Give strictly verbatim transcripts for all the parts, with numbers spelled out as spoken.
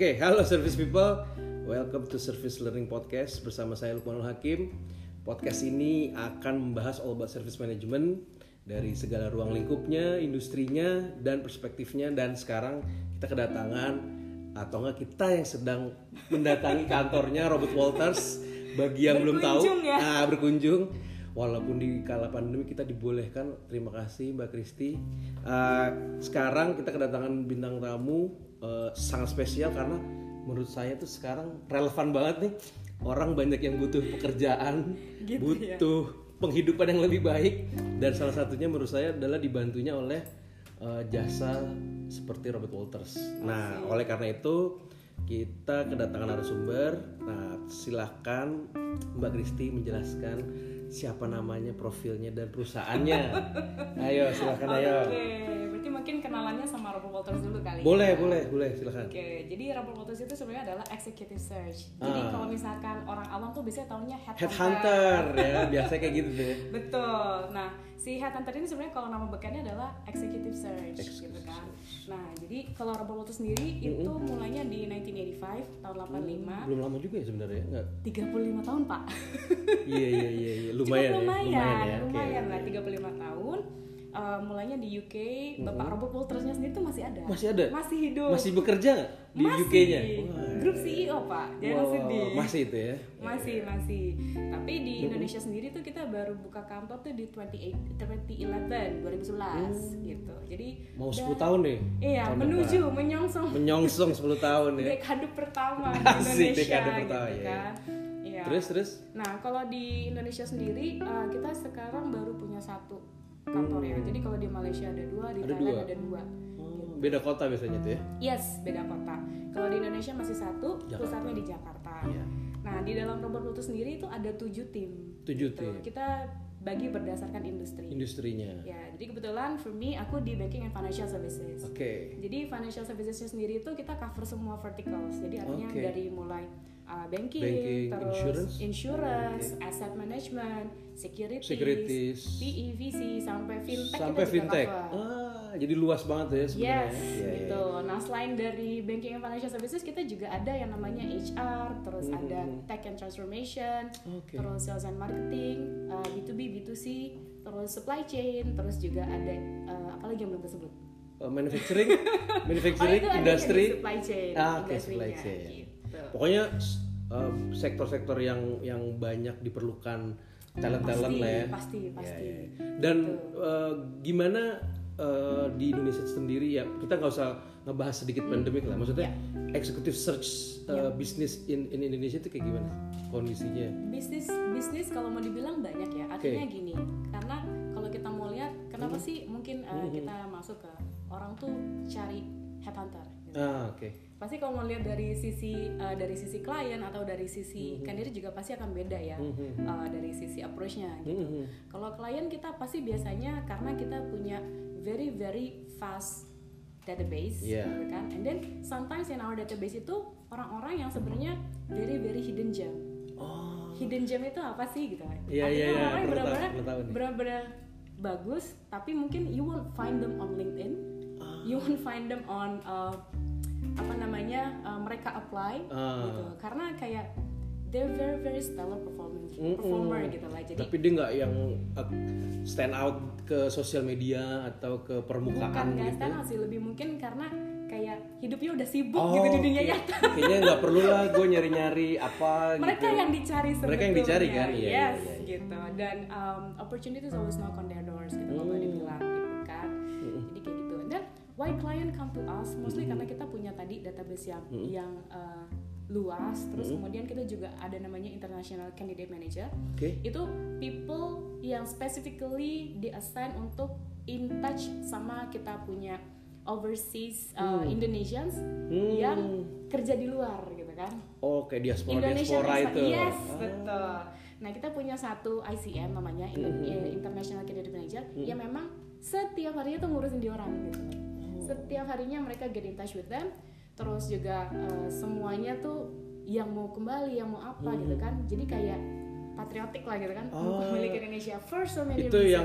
Oke, halo Service People, welcome to Service Learning Podcast bersama saya Lukmanul Hakim. Podcast ini akan membahas all about service management dari segala ruang lingkupnya, industrinya, dan perspektifnya. Dan sekarang kita kedatangan, atau enggak kita yang sedang mendatangi kantornya Robert Walters. Bagi yang belum tahu, ya? nah, berkunjung. Walaupun di kala pandemi kita dibolehkan, terima kasih Mbak Kristi. Uh, sekarang kita kedatangan bintang tamu uh, sangat spesial karena menurut saya tuh sekarang relevan banget nih. Orang banyak yang butuh pekerjaan, gitu butuh ya? Penghidupan yang lebih baik, dan salah satunya menurut saya adalah dibantunya oleh uh, jasa seperti Robert Walters. Nah, Masih. oleh karena itu kita kedatangan narasumber. Nah, silakan Mbak Kristi menjelaskan siapa namanya, profilnya, dan perusahaannya. Ayo, silakan. Ayo. Oke, berarti mungkin kenalannya sama Robert Walters dulu kali. Boleh, ya? boleh, boleh, silakan. Oke, jadi Robert Walters itu sebenarnya adalah executive search. Jadi Ah. kalau misalkan orang awam tuh biasanya taunya headhunter. Headhunter ya, biasa kayak gitu deh. Betul. Nah, si headhunter ini sebenarnya kalau nama bekannya adalah executive search, Executive gitu kan. search. Nah, jadi kalau Robert Walters sendiri Mm-mm. itu mulainya di nineteen eighty-five, tahun delapan puluh lima. Belum lama juga ya sebenarnya, enggak? tiga puluh lima tahun, Pak. Iya, iya, iya, iya. Lumayan, Cukup lumayan, ya. Lumayan ya. lumayan Oke. lah, tiga puluh lima tahun. Uh, mulainya di U K, Bapak Mm-hmm. Robert Waltersnya sendiri tuh masih ada. Masih ada? Masih hidup. Masih bekerja nggak di Masih. U K-nya? Grup C E O, Pak. Jangan Wow, sedih. masih itu ya? Masih, masih. Tapi di Indonesia sendiri tuh kita baru buka kantor tuh di dua ribu sebelas Hmm. gitu. Jadi Mau udah- sepuluh tahun nih? Iya, tahun menuju, depan. menyongsong Menyongsong sepuluh tahun ya? dekade pertama di Asik, Indonesia dekade pertama, gitu iya. kan. Iya. Terus, terus? Nah, kalau di Indonesia sendiri uh, kita sekarang baru punya satu kantor ya. Hmm. Jadi kalau di Malaysia ada dua, di Ada Thailand dua? ada dua. Oh, beda kota biasanya tuh ya? Yes, beda kota. Kalau di Indonesia masih satu, Jakarta. pusatnya di Jakarta. Iya. Nah, di dalam Robert Walters sendiri itu ada tujuh tim. Tujuh Gitu. tim. Kita bagi berdasarkan industri. Industrinya. Ya, jadi kebetulan for me aku di banking and financial services. Oke. Jadi financial servicesnya sendiri itu kita cover semua verticals. Jadi artinya Oke. dari mulai uh, banking, Banking, terus insurance? insurance, asset management, securities, Securities. P E, V C, sampai fintech Sampai kita juga fintech. cover. Ah, jadi luas banget ya sebenarnya. Yes, Iya, iya. gitu. Nah, selain dari banking and financial services, kita juga ada yang namanya H R, terus Mhm. ada tech and transformation, Oke. terus sales and marketing, uh, B two B, B two C, terus supply chain, terus juga ada uh, apa lagi yang belum tersebut? Uh, manufacturing, Oh, manufacturing, itu ada industry. yang di supply chain, Ah, oke, industrinya, supply chain. gitu. Pokoknya uh, sektor-sektor yang yang banyak diperlukan talent-talent Pasti, lah ya. pasti, pasti. Ya, ya. Dan Gitu. uh, gimana uh, di Indonesia sendiri ya, kita nggak usah ngebahas sedikit pandemik lah. Maksudnya executive search uh, Ya. bisnis in, in Indonesia itu kayak gimana kondisinya? Bisnis bisnis kalau mau dibilang banyak ya. Artinya gini, karena kalau kita mau lihat kenapa Hmm. sih mungkin uh, kita masuk ke orang tuh cari headhunter gitu. Ah, oke. Pasti kalau mau lihat dari sisi uh, dari sisi klien atau dari sisi candidate juga pasti akan beda ya. Mhm. Uh, dari sisi approach-nya gitu. Mhm. Kalau klien kita pasti biasanya karena kita punya very very fast database, Yeah. gitu kan. And then sometimes in our database itu orang-orang yang sebenarnya very very hidden gem. Oh. Hidden gem itu apa sih gitu kan? Iya, iya, Artinya iya. orang yang Perlu tahu, benar-benar perlu tahu nih. benar-benar bagus, tapi mungkin you won't find them on LinkedIn, Ah. you won't find them on uh, apa namanya uh, mereka apply Ah. gitu, karena kayak they're very very stellar performance Mm-mm. performer gitu lah. Jadi Tapi dia nggak yang uh, stand out ke sosial media atau ke bukan permukaan nggak gitu. stand out sih, lebih mungkin karena kayak hidupnya udah sibuk Oh, gitu di dunia oke. nyata. Kayaknya nggak perlu lah gue nyari-nyari apa Mereka gitu. yang dicari sebetulnya. Mereka yang dicari kan? Iya, iya, yes, iya, iya. gitu. Dan um, opportunities always knock on their doors gitu kalau boleh Hmm. dibilang gitu kan. Jadi kayak gitu. Dan why client come to us? Mostly karena kita punya tadi database yang yang uh, luas. Terus kemudian kita juga ada namanya international candidate manager. Oke. Itu people yang specifically di-assign untuk in touch sama kita punya overseas uh, Indonesians Hmm. yang kerja di luar gitu kan. Oh, kayak diaspora Indonesia diaspora Expat- itu. Yes, Ah. betul. Nah, kita punya satu I C M namanya Indo- eh, International Candidate Manager yang memang setiap harinya tuh ngurusin di orang gitu. Setiap harinya mereka get in touch with them. Terus juga eh, semuanya tuh yang mau kembali, yang mau apa gitu kan. Jadi kayak patriotik lah gitu kan, Oh, memiliki Indonesia for so many itu reasons. yang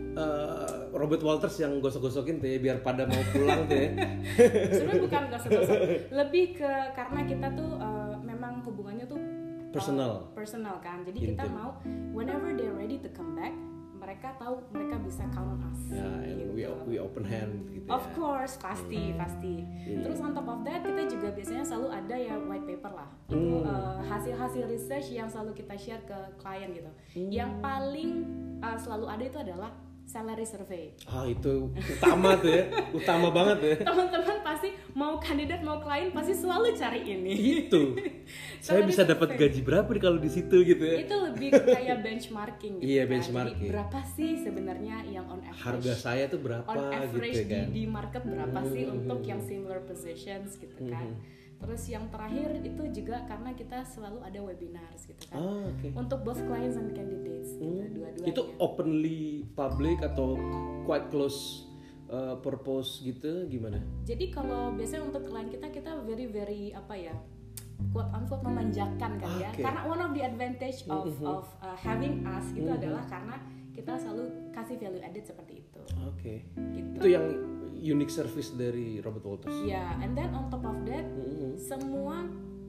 uh, Robert Walters yang gosok-gosokin tuh ya biar pada mau pulang tuh ya. Sebenarnya bukan gosok-gosok, lebih ke karena kita tuh uh, memang hubungannya tuh uh, Personal. personal kan, jadi kita Intim. mau whenever they're ready to come back, mereka tahu mereka bisa count on us. Ya, and we, gitu. we open hand gitu Of ya. course, pasti, pasti. Iya. Terus on top of that, kita juga biasanya selalu ada ya white paper lah. Itu Hmm. uh, hasil-hasil research yang selalu kita share ke klien gitu. Hmm. Yang paling uh, selalu ada itu adalah salary survey. Ah itu utama tuh ya, utama banget ya. Teman-teman pasti mau kandidat mau klien pasti selalu cari ini. Itu. Saya Salary bisa dapat survey. gaji berapa nih kalau di situ gitu ya. Itu lebih kayak benchmarking gitu. Iya, kan. benchmarking. Jadi berapa sih sebenarnya yang on average? Harga saya tuh berapa on average gitu kan. di, di market berapa sih Hmm. untuk yang similar positions gitu kan. Terus yang terakhir itu juga karena kita selalu ada webinars gitu kan. Ah, oke. Untuk both clients and candidates gitu, Hmm. dua-duanya. Itu openly public atau quite close uh, purpose gitu gimana? Jadi kalau biasanya untuk klien kita kita very very apa ya? quote unquote memanjakan kan ya. Oke. Karena one of the advantage of Mhm. of uh, having us itu Mhm. adalah karena kita selalu kasih value added seperti itu. Oke. Gitu. Itu yang unique service dari Robert Walters. Ya, and then on top of that Mhm. semua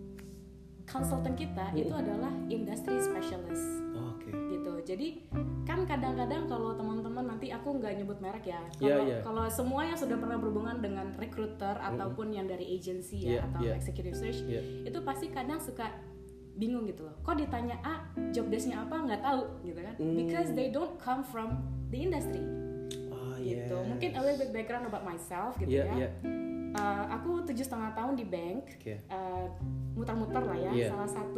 konsultan kita itu adalah industry specialist Oke. gitu. Jadi kan kadang-kadang kalau teman-teman nanti aku nggak nyebut merek ya. Iya, Kalau iya. kalau semua yang sudah pernah berhubungan dengan recruiter ataupun yang dari agency ya Iya, atau iya. executive search Iya. itu pasti kadang suka bingung gitu loh. Kok ditanya A, job desk-nya apa nggak tahu gitu kan? Hmm. Because they don't come from the industry Ah, gitu. yes. Mungkin a little bit background about myself gitu Iya, ya. iya. Uh, aku tujuh setengah tahun di bank, Oke. uh, muter-muter lah ya, Iya. salah satu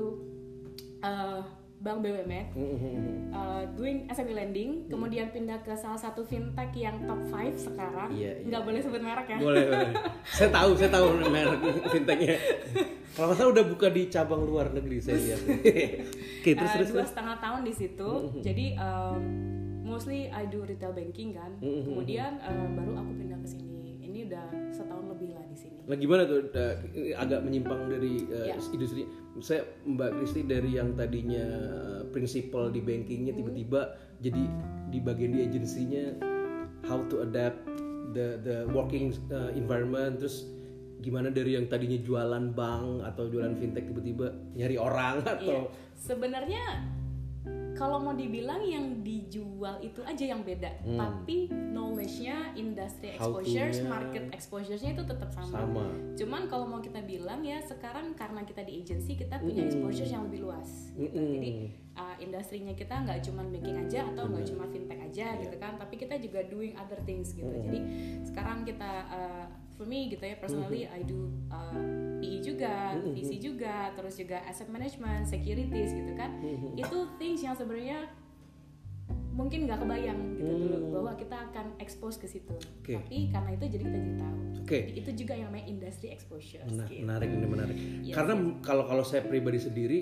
uh, bank B U M N, Mhm. uh, doing S M E lending, kemudian pindah ke salah satu fintech yang top lima sekarang, Iya, iya. nggak boleh sebut merek ya. Boleh, boleh. Saya tahu, saya tahu merek fintechnya. Kalau nggak salah udah buka di cabang luar negeri saya lihat. Oke, terus Uh, terus. dua terus. setengah tahun di situ, jadi um, mostly I do retail banking kan, Mhm. kemudian uh, baru aku pindah ke sini. Ini udah setahun lebih lah di sini. Nah gimana tuh uh, agak menyimpang dari uh, Ya. industri. Saya Mbak Kristi dari yang tadinya uh, prinsipal di bankingnya tiba-tiba jadi di bagian di agensinya how to adapt the the working uh, environment, terus gimana dari yang tadinya jualan bank atau jualan fintech tiba-tiba nyari orang Iya, atau sebenarnya kalau mau dibilang yang dijual itu aja yang beda, Hmm. tapi knowledge-nya, industry How exposures, to-nya. market exposures-nya itu tetap sama. sama. Cuman kalau mau kita bilang ya sekarang karena kita di agency kita punya Mm-mm. exposures yang lebih luas. Gitu. Mm-mm. Jadi uh, industrinya kita nggak cuma banking aja atau nggak Benar. cuma fintech aja Iya. gitu kan, tapi kita juga doing other things gitu. Mm-mm. Jadi sekarang kita uh, for me gitu ya personally I do uh, P E juga, Mm-mm. V C juga, terus juga asset management, securities gitu kan. Mm-mm. Itu things yang sebenarnya mungkin nggak kebayang gitu Hmm. dulu bahwa kita akan expose ke situ. Oke. Tapi karena itu jadi kita jadi tahu. Oke. Jadi itu juga yang namanya industry exposure. Mena- gitu. menarik ini menarik. Yes, Karena yes. m- kalau kalau saya pribadi sendiri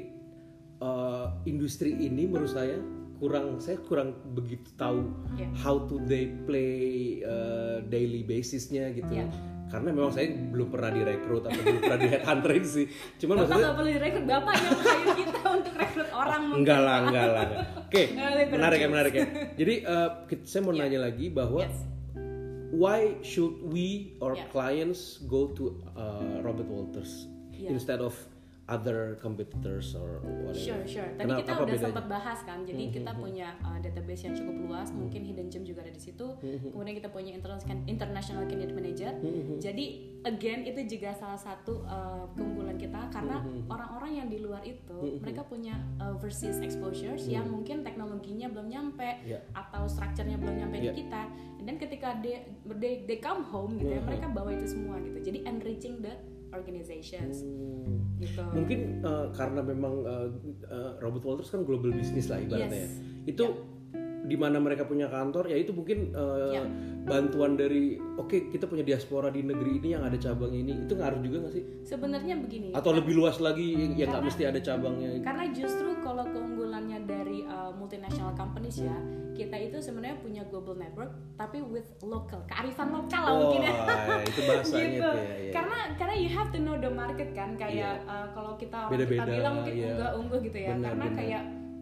uh, industri ini menurut saya kurang saya kurang begitu tahu Yeah. how to they play uh, daily basisnya gitu. Yeah. Karena memang saya belum pernah direkrut atau belum pernah di headhunterin sih. Cuman Bapak maksudnya nggak perlu direkrut, bapak yang hire kita untuk rekrut orang mungkin. enggak lah, enggak lah. Oke, Nggak boleh menarik ya, berjokes. menarik ya. Jadi uh, kita- saya mau Yeah. nanya lagi bahwa Yes. why should we or Yeah. clients go to uh, Robert Walters Yeah. instead of other competitors or whatever? Sure, sure. Tadi Kenapa- kita apa udah bedanya? sempat bahas kan. Jadi kita punya uh, database yang cukup luas, mungkin hidden gem juga ada di situ. Kemudian kita punya international international candidate manager. Jadi again itu juga salah satu uh, keunggulan kita karena orang-orang yang di luar itu mereka punya uh, overseas exposures yang mungkin teknologinya belum nyampe Yeah. atau strukturnya belum nyampe Yeah. di kita. Dan ketika they, they they come home gitu ya, mereka bawa itu semua gitu. Jadi enriching the organizations Hmm. gitu. Mungkin uh, karena memang uh, uh, Robert Walters kan global business lah ibaratnya. Yes. Ya. Itu di mana mereka punya kantor ya itu mungkin uh, Ya. bantuan dari oke kita punya diaspora di negeri ini yang ada cabang ini itu ngaruh juga nggak sih? Sebenarnya begini. Atau lebih luas lagi yang nggak Karena- mesti ada cabangnya? Karena justru kalau keunggulannya dari uh, multinational companies ya, Hmm. kita itu sebenarnya punya global network, tapi with local, kearifan lokal lah Oh, mungkin ya. itu bahasanya gitu. tuh ya, ya. Karena karena you have to know the market kan, kayak Iya. uh, kalau kita orang Beda-beda, kita bilang mungkin iya. unggah-ungguh gitu ya. Benar, karena benar. kayak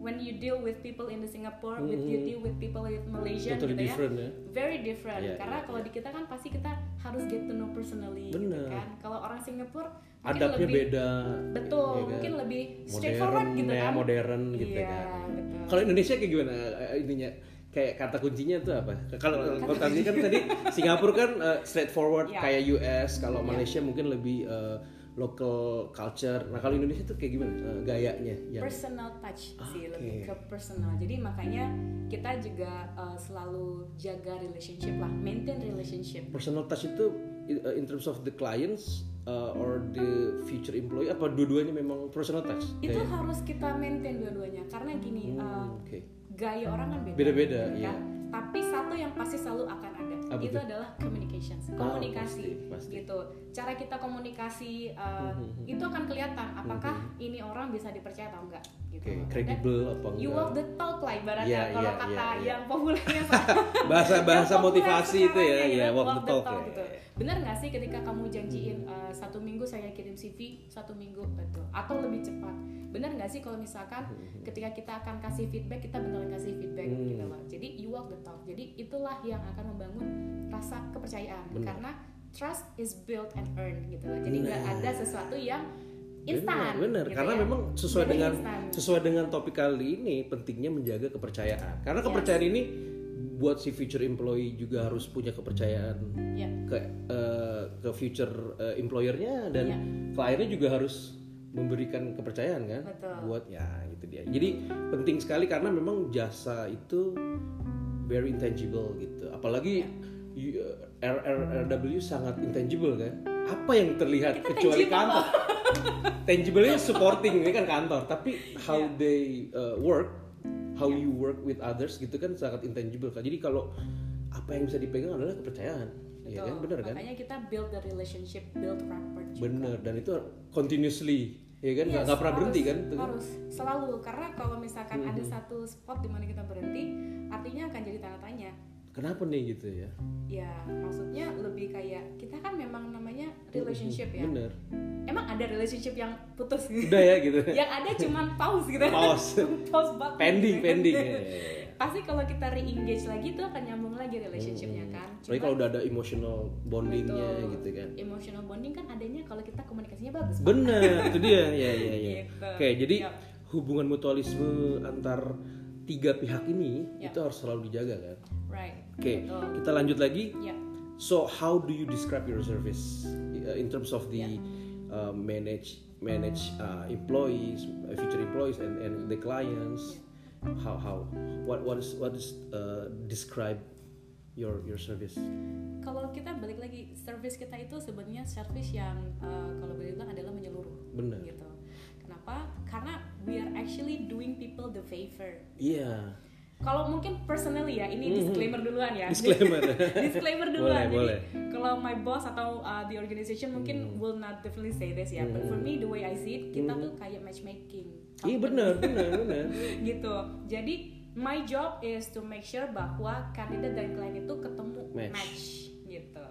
when you deal with people in the Singapore, mm-hmm. with you deal with people in Malaysia, totally gitu different, ya, ya, very different. Yeah, Karena yeah, kalau yeah. di kita kan pasti kita harus get to know personally, Bener. gitu kan. Kalau orang Singapura adabnya lebih, beda, betul, ya kan? mungkin lebih modern, straightforward gitu ya, kan, modern gitu yeah, kan. betul. Kalau Indonesia kayak gimana ininya? Kayak kata kuncinya tuh apa? Kalau kalau tadi kan tadi Singapura kan uh, straightforward, yeah. kayak U S. Kalau Malaysia yeah. mungkin lebih uh, local culture. Nah kalau Indonesia tuh kayak gimana uh, gayanya? Yang... personal touch sih, okay. lebih ke personal. Jadi makanya kita juga uh, selalu jaga relationship lah, maintain relationship. Personal touch itu uh, in terms of the clients uh, or the future employee, apa dua-duanya memang personal touch? Itu kayak... harus kita maintain dua-duanya karena gini. Hmm, uh, okay. Gaya orang kan beda, beda-beda, kan? iya. Tapi satu yang pasti selalu akan ada, apa itu itu? adalah communications, komunikasi, oh, pasti, pasti. gitu. Cara kita komunikasi uh, mm-hmm. itu akan kelihatan apakah mm-hmm. ini orang bisa dipercaya atau enggak, gitu. Okay, kredibel apa enggak? You walk the talk lah ibaratnya, yeah, kalau yeah, kata yeah, yeah. yang populernya bahasa bahasa motivasi itu ya, ya yeah, walk, walk the talk, talk ya. Gitu. Benar nggak sih ketika kamu janjiin uh, satu minggu saya kirim C V, satu minggu betul, atau lebih cepat? Benar nggak sih kalau misalkan ketika kita akan kasih feedback kita beneran kasih feedback hmm. gitu loh. Jadi you walk the talk. Jadi itulah yang akan membangun rasa kepercayaan. Bener. Karena trust is built and earned gitu loh. Jadi nggak ada sesuatu yang instan. Bener, gitu karena ya. memang sesuai Jadi dengan instan. sesuai dengan topik kali ini pentingnya menjaga kepercayaan. Karena kepercayaan yes. ini buat si future employee juga harus punya kepercayaan yeah. ke uh, ke future uh, employernya dan yeah. kliennya juga harus memberikan kepercayaan kan. Betul. Buat ya gitu dia. Jadi penting sekali karena memang jasa itu very intangible gitu. Apalagi yeah. R R W sangat intangible kan. Apa yang terlihat kita kecuali tangible. kantor. Tangible-nya supporting ini kan kantor, tapi how yeah. they uh, work, how yeah. you work with others gitu kan sangat intangible kan. Jadi kalau apa yang bisa dipegang adalah kepercayaan. Iya kan, benar kan? Makanya kita build the relationship, build rapport juga. Bener, dan itu continuously, ya kan? Yes, nggak pernah berhenti kan? Harus selalu, karena kalau misalkan mm-hmm. ada satu spot di mana kita berhenti, artinya akan jadi tanda tanya. Kenapa nih gitu ya? Ya, maksudnya lebih kayak kita kan memang namanya relationship ya. Bener. Emang ada relationship yang putus gitu? Udah ya gitu. Yang ada cuman pause gitu. Pause. Pause button. Pending, gitu. pending. Ya, ya, ya. Pasti kalau kita re-engage lagi tuh akan nyambung lagi relationshipnya hmm. kan. Apalagi kalau udah ada emotional bondingnya betul. Gitu kan. Emotional bonding kan adanya kalau kita komunikasinya bagus. Bener, itu dia. Ya, ya, ya. Gitu. Oke, jadi yep. hubungan mutualisme antar tiga pihak ini yep. itu harus selalu dijaga kan. Right. Oke, kita lanjut lagi. Yep. So how do you describe your service uh, in terms of the yeah. uh, manage manage uh, employees, uh, future employees, and, and the clients? Yeah. How how what what is what is uh, describe your your service? Kalau kita balik lagi, service kita itu sebenarnya service yang uh, kalau boleh bilang adalah menyeluruh. Benar. Gitu. Kenapa? Karena we are actually doing people the favor. Iya. Yeah. Kalau mungkin personally ya, ini disclaimer duluan ya. Disclaimer. disclaimer duluan. Boleh, Jadi boleh. kalau my boss atau uh, the organization mungkin mm. will not definitely say this ya. Mm. But for me the way I see it, kita mm. tuh kayak matchmaking. Iya benar, benar, benar. Gitu. Jadi my job is to make sure bahwa kandidat dan klien itu ketemu match, match gitu.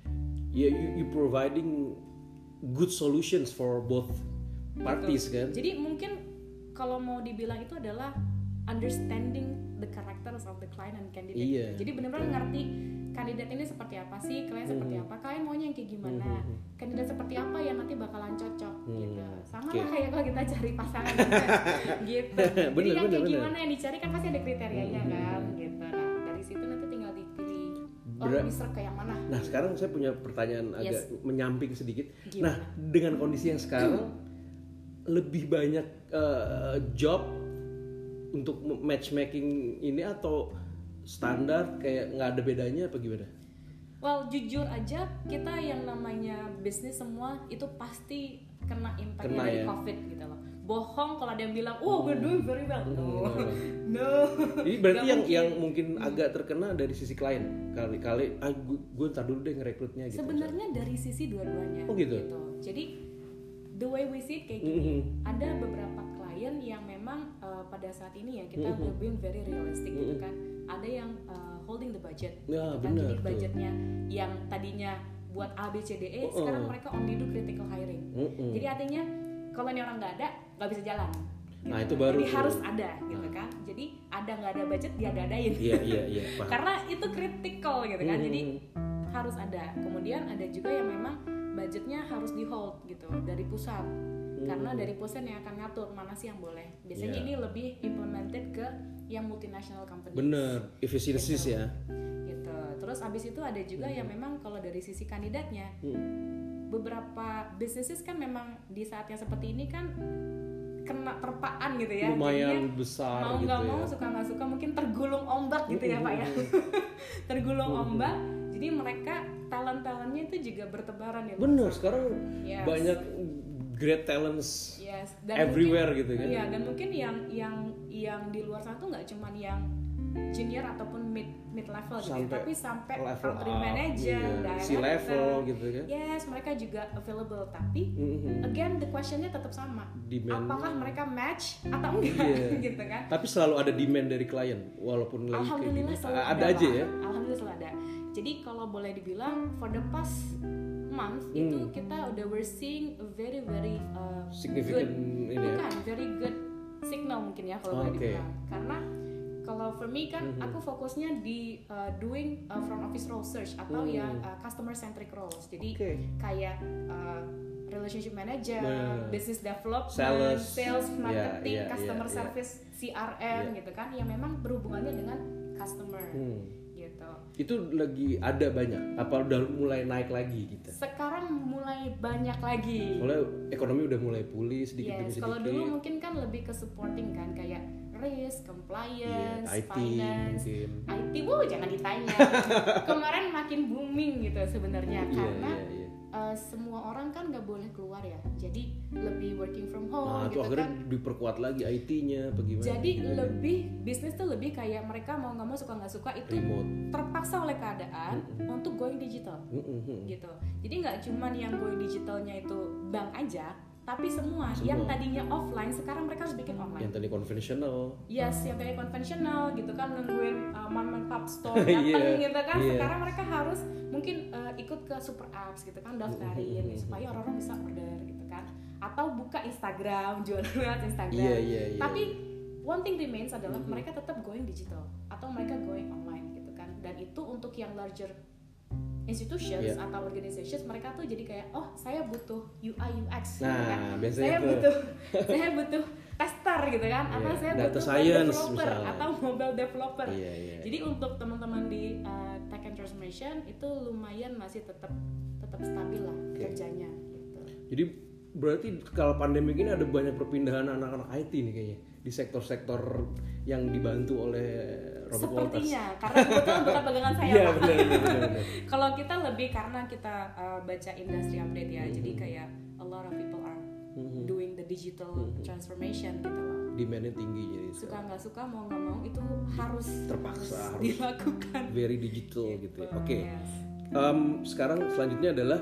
Yeah, you you providing good solutions for both parties gitu. Kan. Jadi mungkin kalau mau dibilang itu adalah understanding the characters of the client and candidate. Iya, Jadi benar-benar ngerti kandidat ini seperti apa sih, klien seperti mm-hmm. apa, klien maunya yang kayak gimana, mm-hmm. kandidat seperti apa yang nanti bakalan cocok mm-hmm. gitu. Sama okay. lah kayak kalau kita cari pasangan gitu. Jadi bener, yang kayak bener, gimana bener. yang dicari kan pasti ada kriterianya mm-hmm. kan gitu. Nah dari situ nanti tinggal dipilih oh Ber- bisa kayak mana. Nah sekarang saya punya pertanyaan yes. agak menyamping sedikit. Gimana? Nah dengan kondisi yang sekarang lebih banyak uh, job untuk matchmaking ini atau standar kayak nggak ada bedanya apa gimana? Well jujur aja kita yang namanya bisnis semua itu pasti kena impactnya dari ya? COVID gitu loh. Bohong kalau ada yang bilang, oh we're doing very well. No, no. Jadi berarti yang mungkin. yang mungkin agak terkena dari sisi klien kali-kali, ah gue ntar dulu deh ngerekrutnya gitu. Sebenarnya dari sisi dua-duanya. Oh gitu. gitu. Jadi the way we see it kayak gini, mm-hmm. ada beberapa klien yang memang uh, pada saat ini ya kita mm-hmm. we're being very realistic mm-hmm. gitu kan. Ada yang uh, holding the budget, ya, gitu kan. Bener, Jadi budgetnya tuh. Yang tadinya buat A B C D E, oh, sekarang mereka only do critical hiring. Mm-hmm. Jadi artinya kalau ini orang nggak ada, nggak bisa jalan. Gitu. Nah itu baru. Jadi harus ada gitu kan. Jadi ada nggak ada budget dia ada-adain. Iya iya iya. Karena itu kritikal gitu kan. Jadi harus ada. Kemudian ada juga yang memang budgetnya harus di hold gitu dari pusat. Karena dari pusat yang akan ngatur mana sih yang boleh. Biasanya yeah. ini lebih implemented ke yang multinational company. Bener, efisiensis gitu. Ya. Gitu. Terus abis itu ada juga hmm. yang memang kalau dari sisi kandidatnya, hmm. beberapa businesses kan memang di saat yang seperti ini kan kena terpaan gitu ya. Lumayan jadinya besar mau gitu nggak ya. mau suka nggak suka mungkin tergulung ombak gitu ya Pak ya. Tergulung ombak. Jadi mereka talent-talentnya itu juga bertebaran ya. Bener, sekarang yes. banyak great talents yes. dan everywhere mungkin, gitu kan. Iya, dan mungkin yang yang yang di luar sana tuh nggak cuman yang junior ataupun mid mid level gitu ya, tapi sampai country manager, iya, si level gitu kan. Yes, mereka juga available, tapi mm-hmm. again the questionnya tetap sama. Demand. Apakah mereka match atau enggak yeah. gitu kan? Tapi selalu ada demand dari klien walaupun lagi alhamdulillah kayak selalu ada, ada aja ya. Alhamdulillah selalu ada. Jadi kalau boleh dibilang for the past month hmm. itu kita udah we're seeing a very very uh, significant good, ini ya? Bukan, very good signal mungkin ya kalau boleh okay. dibilang. Karena kalau for me kan mm-hmm. aku fokusnya di uh, doing uh, front office role search atau mm. ya uh, customer centric roles. Jadi okay. kayak uh, relationship manager, nah. business development, sales, sales marketing, yeah, yeah, customer yeah, service, yeah. C R M yeah. gitu kan, yang memang berhubungannya dengan customer. Hmm. Gitu. Itu lagi ada banyak apa udah mulai naik lagi gitu? Sekarang mulai banyak lagi. Soalnya ekonomi udah mulai pulih sedikit demi yes, sedikit. Kalau dulu mungkin kan lebih ke supporting kan, kayak risk, compliance, yeah, I T, finance, mungkin. I T, wow jangan ditanya. Kemarin makin booming gitu sebenarnya yeah, karena yeah, yeah. Uh, semua orang kan nggak boleh keluar ya, jadi lebih working from home. Nah, gitu itu akhirnya kan. diperkuat lagi I T-nya, bagaimana? Jadi gitu. Lebih bisnis tuh lebih kayak mereka mau nggak mau suka nggak suka itu remote. Terpaksa oleh keadaan mm-hmm. untuk going digital, mm-hmm. gitu. Jadi nggak cuman yang going digitalnya itu bank aja. Tapi semua, semua yang tadinya offline sekarang mereka harus bikin online. Yang tadi konvensional. Yes, yang tadi konvensional gitu kan, nungguin uh, mom and pop store datang yeah, gitu kan. Yeah. Sekarang mereka harus mungkin uh, ikut ke super apps gitu kan, daftarin mm-hmm. gitu, supaya orang-orang bisa order gitu kan. Atau buka Instagram, jual lewat Instagram. Yeah, yeah, yeah. Tapi one thing remains adalah mm-hmm. mereka tetap going digital atau mereka going online gitu kan. Dan itu untuk yang larger institutions yeah. atau organizations, mereka tuh jadi kayak oh saya butuh U I U X nah, gitu kan, saya itu. butuh saya butuh tester gitu kan, atau yeah. saya Data butuh science, developer misalnya. Atau mobile developer. Yeah, yeah, jadi yeah. untuk teman-teman di uh, tech and transformation itu lumayan masih tetap tetap stabil lah okay. kerjanya. Gitu. Jadi berarti kalau pandemi ini ada banyak perpindahan anak-anak I T nih kayaknya di sektor-sektor yang dibantu oleh Robert Walters. Sepertinya, karena kebetulan bukan pegangan saya yeah, Pak. bener, bener, bener. Kalau kita lebih karena kita uh, baca industry update ya, mm-hmm. jadi kayak a lot of people are mm-hmm. doing the digital mm-hmm. transformation gitu loh. Demand-nya tinggi jadi. Suka nggak suka mau nggak mau itu harus terpaksa harus harus dilakukan. Very digital gitu. gitu ya. Oke. Okay. Yes. Um, sekarang selanjutnya adalah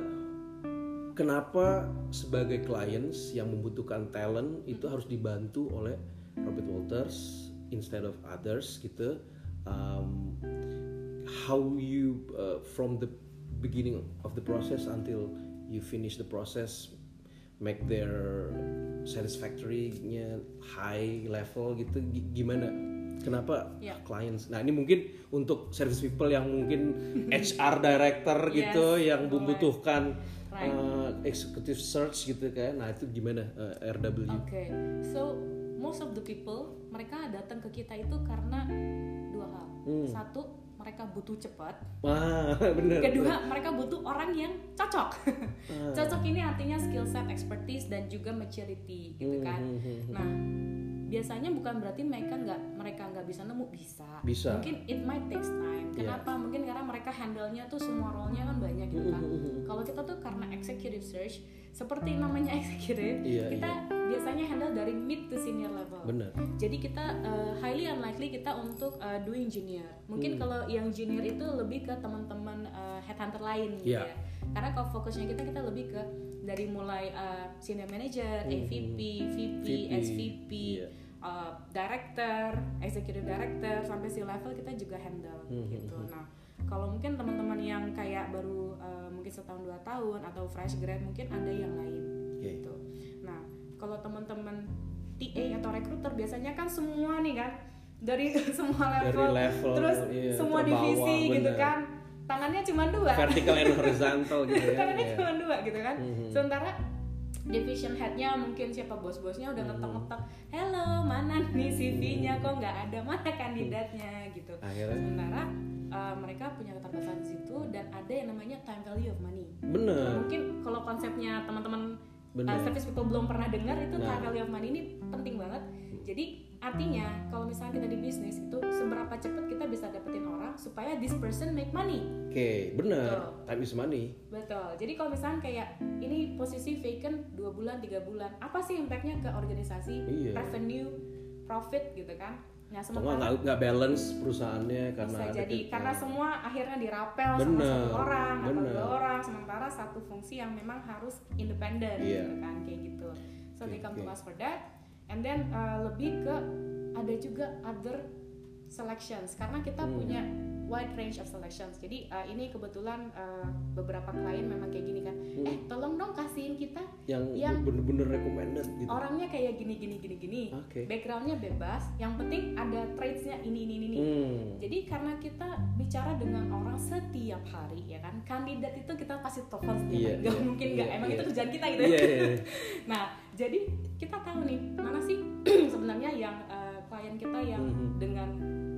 kenapa sebagai clients yang membutuhkan talent itu mm-hmm. harus dibantu oleh Robert Walters instead of others gitu. Um, how you uh, from the beginning of the process until you finish the process make their satisfactory-nya high level gitu G- gimana? Kenapa yeah. clients? Nah ini mungkin untuk service people yang mungkin H R director gitu yes, yang membutuhkan right. uh, executive search gitu kan. Nah itu gimana uh, R W? Oke, okay. so most of the people mereka datang ke kita itu karena dua hal. Hmm. Satu, mereka butuh cepat. Wah, bener. Kedua, mereka butuh orang yang cocok. Ah. Cocok ini artinya skill set, expertise dan juga maturity gitu kan. Hmm, hmm, hmm. Nah, biasanya bukan berarti mereka nggak mereka nggak bisa nemu, bisa. Bisa. Mungkin it might takes time. Kenapa? Yeah. Mungkin karena mereka handle-nya tuh semua role-nya kan banyak gitu kan. Kalau kita tuh karena executive search, seperti namanya executive, yeah, kita yeah. biasanya handle dari mid to senior level. Benar. Jadi kita uh, highly unlikely kita untuk uh, doing junior. Mungkin hmm. kalau yang junior itu lebih ke teman-teman uh, headhunter lain gitu yeah. ya. Karena kalau fokusnya kita kita lebih ke dari mulai uh, senior manager, mm-hmm. A V P, V P, V P S V P, yeah. uh, director, executive director sampai C level kita juga handle mm-hmm. gitu. Nah, kalau mungkin teman-teman yang kayak baru uh, mungkin setahun dua tahun atau fresh grad mungkin ada yang lain okay. gitu. Nah, kalau teman-teman T A atau recruiter biasanya kan semua nih kan dari semua level, dari level terus iya, semua terbawah, divisi bener. gitu kan, tangannya cuma dua, vertical and horizontal gitu ya. tangannya yeah. cuma dua gitu kan. Mm-hmm. Sementara division headnya mungkin siapa bos-bosnya udah ngetok-ngetok, hello mana nih C V-nya kok nggak ada, mana kandidatnya gitu. Akhirnya? Sementara uh, mereka punya keterbatasan di situ dan ada yang namanya time value of money. Bener. Mungkin kalau konsepnya teman-teman Bener. uh, service people belum pernah dengar itu Nah. time value of money ini penting banget. Jadi artinya kalau misalnya kita di bisnis itu seberapa cepat kita bisa dapetin orang supaya this person make money. Oke, okay, benar. Betul. Time is money. Betul. Jadi kalau misalnya kayak ini posisi vacant dua bulan, tiga bulan, apa sih impactnya ke organisasi, Iya. revenue, profit gitu kan? Nah, Atau sementara nggak nggak balance perusahaannya karena bisa ada jadi ke- karena semua akhirnya dirapel sama Bener, satu orang atau bener. dua orang, sementara satu fungsi yang memang harus independen Iya. gitu kan, kayak gitu. So they Oke, come to oke. us for that, and then uh, lebih ke ada juga other selections karena kita Hmm. punya wide range of selections. Jadi uh, ini kebetulan uh, beberapa klien memang kayak gini kan, Hmm. eh tolong dong kasihin kita yang, yang bener-bener recommended gitu. orangnya kayak gini gini gini gini, Oke. backgroundnya bebas, yang penting ada traitsnya ini ini ini. Hmm. Jadi karena kita bicara dengan orang setiap hari ya kan, kandidat itu kita pasti telepon setiap Iya, hari, nggak iya, mungkin iya, nggak, emang iya. itu kerjaan kita gitu. Iya, iya, iya. Nah jadi kita tahu nih mana sih sebenarnya yang uh, klien kita yang Mhm. dengan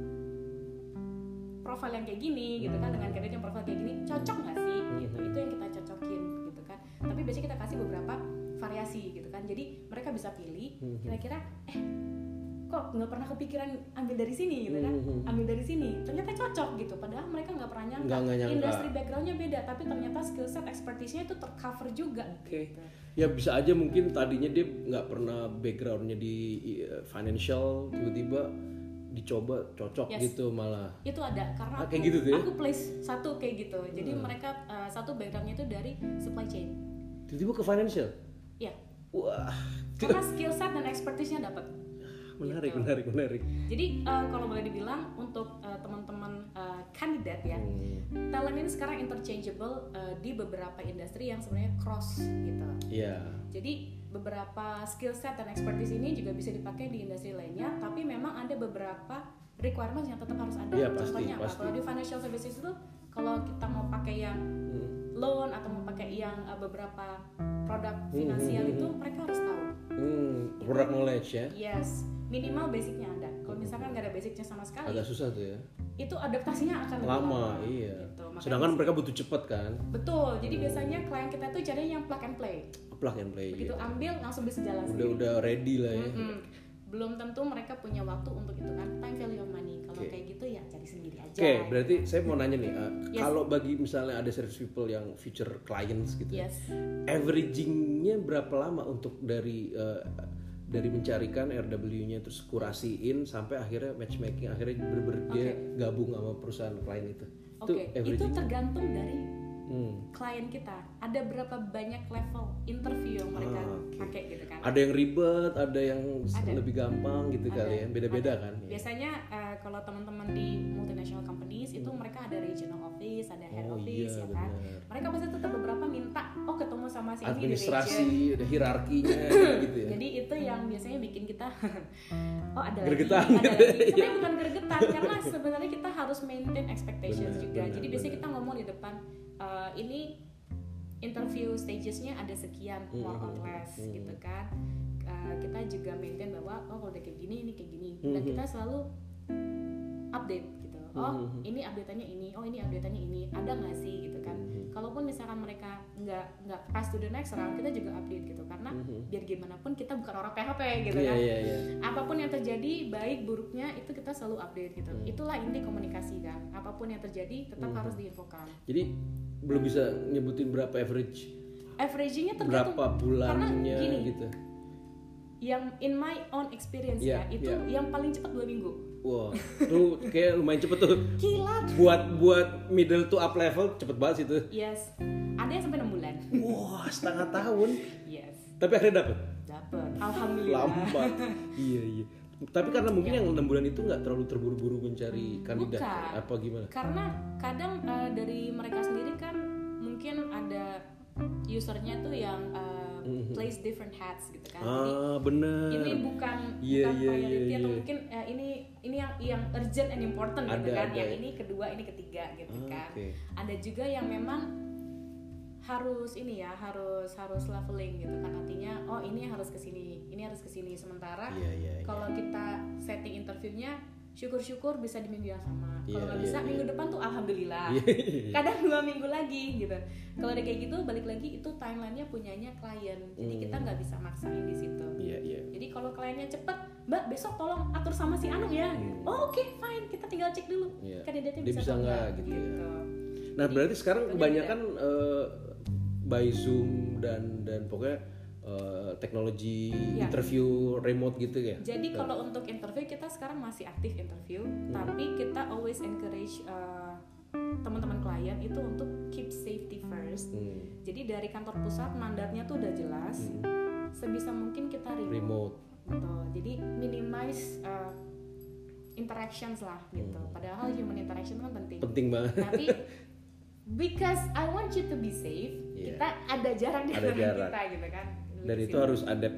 profil yang kayak gini gitu kan, dengan kandidat yang profil kayak gini cocok nggak sih gitu, itu yang kita cocokin gitu kan. Tapi biasanya kita kasih beberapa variasi gitu kan, jadi mereka bisa pilih Mhm. kira-kira eh kok nggak pernah kepikiran ambil dari sini gitu kan, Mhm. ambil dari sini ternyata cocok gitu, padahal mereka nggak pernah nyangka, Nggak- nggak nyangka. industri backgroundnya beda tapi ternyata skill set expertise-nya itu tercover juga. Oke. Gitu. Ya bisa aja mungkin tadinya dia nggak pernah backgroundnya di uh, financial, tiba-tiba dicoba cocok Yes. gitu malah. Itu ada karena Ah, aku, kayak gitu tuh ya? aku place satu kayak gitu, jadi Hmm. mereka uh, satu backgroundnya itu dari supply chain, Tiba-tiba ke financial. ya Wah, karena skill set dan expertise-nya dapat. menarik, Gitu. menarik, menarik. Jadi uh, kalau boleh dibilang untuk uh, teman-teman uh, kandidat ya, Hmm. talent ini sekarang interchangeable uh, di beberapa industri yang sebenarnya cross gitu. Iya. Jadi beberapa skill set dan expertise ini juga bisa dipakai di industri lainnya, tapi memang ada beberapa requirements yang tetap harus ada. Iya, pasti, Contohnya apa? pasti. Kalau di financial services itu kalau kita mau pakai yang Hmm. loan atau mau pakai yang uh, beberapa produk Hmm, finansial hmm, itu hmm. mereka harus tahu. Hmm, product knowledge ya. Yes, minimal basicnya ada. Kalau misalkan nggak ada basicnya sama sekali, Agak susah tuh ya. itu adaptasinya akan lebih Lama, lama. iya. Gitu. Makanya- Sedangkan mereka butuh cepet kan. betul. Jadi biasanya klien kita tuh carinya yang plug and play. Plug and play. Begitu iya. ambil langsung bisa jalan Udah sendiri. udah ready lah ya. Mm-mm. Belum tentu mereka punya waktu untuk itu kan, time value of money. Kalau Oke. kayak gitu ya cari sendiri aja. Oke, berarti saya mau nanya nih, uh, Yes. kalau bagi misalnya ada service people yang future clients gitu, ya, Yes. averagingnya berapa lama untuk dari uh, dari mencarikan R W-nya terus kurasiin sampai akhirnya matchmaking, akhirnya bener-bener dia gabung sama perusahaan klien itu. Oke, itu averaging. tergantung dari Hmm. klien kita. Ada berapa banyak level interview yang mereka Ah, oke. pakai gitu kan. Ada yang ribet, ada yang Ada. lebih gampang gitu Ada, kali ya, beda-beda ada. kan. Ya. Biasanya uh, kalau teman-teman di multinational companies itu mereka ada regional office, ada head Oh office iya, ya kan. benar. Mereka pasti tetap beberapa minta oh ketemu sama si ini di Administrasi, region. ada hierarkinya gitu ya. Jadi itu yang biasanya bikin kita oh ada Gregetan. lagi, ada lagi. Sebenarnya bukan gregetan karena sebenarnya kita harus maintain expectations Benar, juga. benar, Jadi biasanya benar. kita ngomong di depan uh, ini interview stagesnya ada sekian more or Mhm, less mhm. gitu kan. Uh, kita juga maintain bahwa oh kalau udah kayak gini ini kayak gini dan Mhm. kita selalu update gitu. Oh Mhm. ini updateannya ini, oh ini updateannya ini, ada nggak sih gitu kan. Mhm. Kalaupun misalkan mereka nggak nggak pass to the next round, kita juga update gitu karena Mhm. biar gimana pun kita bukan orang P H P gitu Iya, kan. iya, iya. Apapun yang terjadi baik buruknya itu kita selalu update gitu. Hmm. Itulah inti komunikasi kan. Apapun yang terjadi tetap Hmm. harus diinfokan. Jadi belum bisa nyebutin berapa average, Averagingnya tergantung berapa bulannya karena gini, gitu. yang in my own experience Iya, ya itu iya. yang paling cepat dua minggu. Wah, tuh kayak lumayan cepet tuh. Kilat. Buat buat middle to up level cepet banget sih tuh. Yes. Ada yang sampai enam bulan. Wah, setengah tahun. Yes. Tapi akhirnya dapet. Dapat. Alhamdulillah. Lambat. Iya, iya. Tapi karena mungkin yang enam bulan itu nggak terlalu terburu-buru mencari kandidat, Bukan. apa gimana? Karena kadang uh, dari mereka sendiri kan mungkin ada usernya tuh yang uh, mm-hmm. plays different hats gitu kan. Ah, Jadi bener. ini bukan yeah, bukan yeah, priority yeah, atau yeah. mungkin uh, ini ini yang yang urgent and important ada, gitu kan. Ada. Yang ini kedua, ini ketiga gitu ah, kan. Okay. Ada juga yang memang harus ini ya, harus harus leveling gitu kan. Artinya oh ini harus ke sini, ini harus ke sini. Sementara yeah, yeah, kalau yeah. kita setting interviewnya syukur-syukur bisa di minggu yang sama. Kalau yeah, nggak yeah, bisa yeah. minggu depan tuh alhamdulillah. Yeah, yeah. Kadang dua minggu lagi gitu. Kalau udah kayak gitu balik lagi itu timelinenya punyanya klien. Jadi mm. kita nggak bisa maksain di situ. Yeah, yeah. Jadi kalau kliennya cepet, Mbak besok tolong atur sama si Anu ya. Mm. Oh oke okay, fine, kita tinggal cek dulu. Yeah. Kandidatnya Dia bisa, bisa nggak gitu, gitu. ya. Nah Jadi, berarti sekarang kebanyakan uh, by Zoom dan dan pokoknya uh, teknologi ya. interview remote gitu ya. Jadi kalau untuk interview kita sekarang masih aktif interview, hmm. tapi kita always encourage uh, teman-teman klien itu untuk keep safety first. Hmm. Jadi dari kantor pusat mandatnya tuh udah jelas. Hmm. Sebisa mungkin kita remote. remote. Betul. Jadi minimize uh, interactions lah gitu. Hmm. Padahal human interaction kan penting. Penting banget. Tapi because I want you to be safe, yeah. kita ada jarak di antara kita gitu kan. Dan itu harus adapt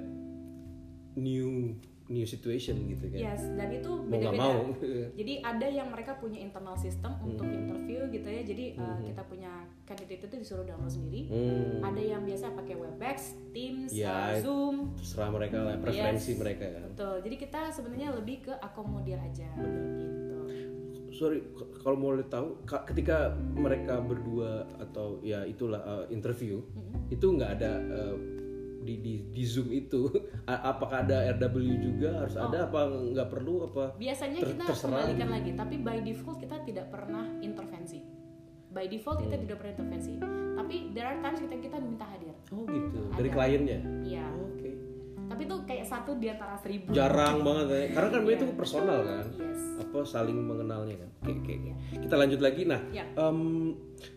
new new situation gitu kan. Yes, dan itu mau beda-beda. Mau. Jadi ada yang mereka punya internal system hmm. untuk interview gitu ya. Jadi hmm. uh, kita punya kandidat itu disuruh download sendiri. Hmm. Ada yang biasa pakai Webex, Teams, ya, uh, Zoom. Terserah mereka lah, preferensi yes. mereka kan. Betul. Jadi kita sebenarnya lebih ke akomodir aja. Benar. Gitu. Sorry, kalau mau tahu, ketika mereka berdua atau ya itulah uh, interview, mm-hmm. itu nggak ada uh, di, di di Zoom itu, apakah ada R W juga harus oh. ada apa nggak perlu apa? Biasanya ter- kita terserah. Kembalikan lagi, tapi by default kita tidak pernah intervensi. By default hmm. kita tidak pernah intervensi, tapi there are times kita kita diminta hadir. Oh gitu, ada. Dari kliennya? Iya. Oh, Oke. Okay. Tapi itu kayak satu di antara seribu. Jarang banget ya, karena kan yeah. itu personal kan, yes. apa saling mengenalnya kan. Oke okay, oke. Okay. Yeah. Kita lanjut lagi, nah, yeah. um,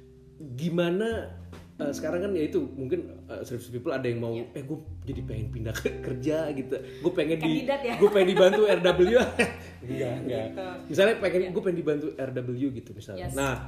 gimana? Uh, sekarang kan ya itu mungkin uh, service people ada yang mau yeah. eh gue jadi pengen pindah ke kerja gitu, gue pengen Kandidat di ya? gue pengen dibantu R W enggak enggak gitu. Misalnya pengen yeah. gue pengen dibantu R W gitu misalnya yes. Nah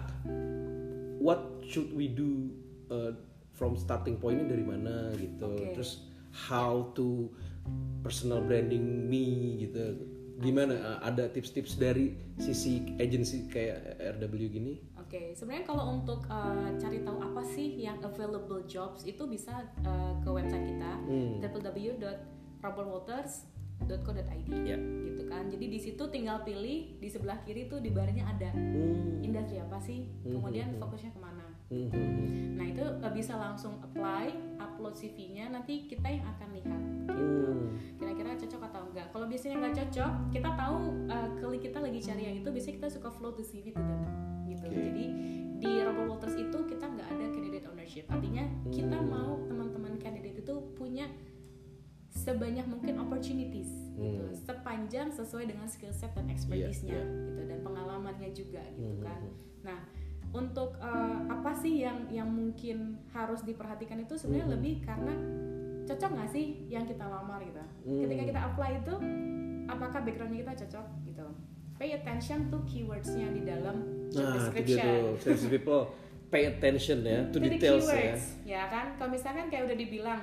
what should we do uh, from starting pointnya dari mana gitu okay. Terus how to personal branding me gitu gimana uh, ada tips-tips dari sisi agency kayak R W gini? Oke, okay. Sebenarnya kalau untuk uh, cari tahu apa sih yang available jobs itu bisa uh, ke website kita hmm. w w w dot robert walters dot co dot i d yeah. gitu kan. Jadi di situ tinggal pilih di sebelah kiri tuh di barnya ada hmm. industri apa sih, kemudian hmm. fokusnya kemana. Hmm. Nah itu uh, bisa langsung apply, upload C V-nya, nanti kita yang akan lihat gitu. Hmm. Kira-kira cocok atau enggak. Kalau biasanya nggak cocok, kita tahu uh, kali kita lagi cari yang itu, biasanya kita suka flow the C V to them gitu. Okay. Jadi di Robert Walters itu kita nggak ada candidate ownership. Artinya kita hmm. mau teman-teman candidate itu punya sebanyak mungkin opportunities gitu, hmm. sepanjang sesuai dengan skill set dan expertise-nya yeah, yeah. gitu dan pengalamannya juga gitu hmm. kan. Nah untuk uh, apa sih yang yang mungkin harus diperhatikan itu sebenarnya hmm. lebih karena cocok nggak sih yang kita lamar gitu. Hmm. Ketika kita apply itu apakah backgroundnya kita cocok gitu. Pay attention to keywords-nya di dalam job nah, description. Nah itu people pay attention ya to, to details ya. Ya kan, kalau misalkan kayak udah dibilang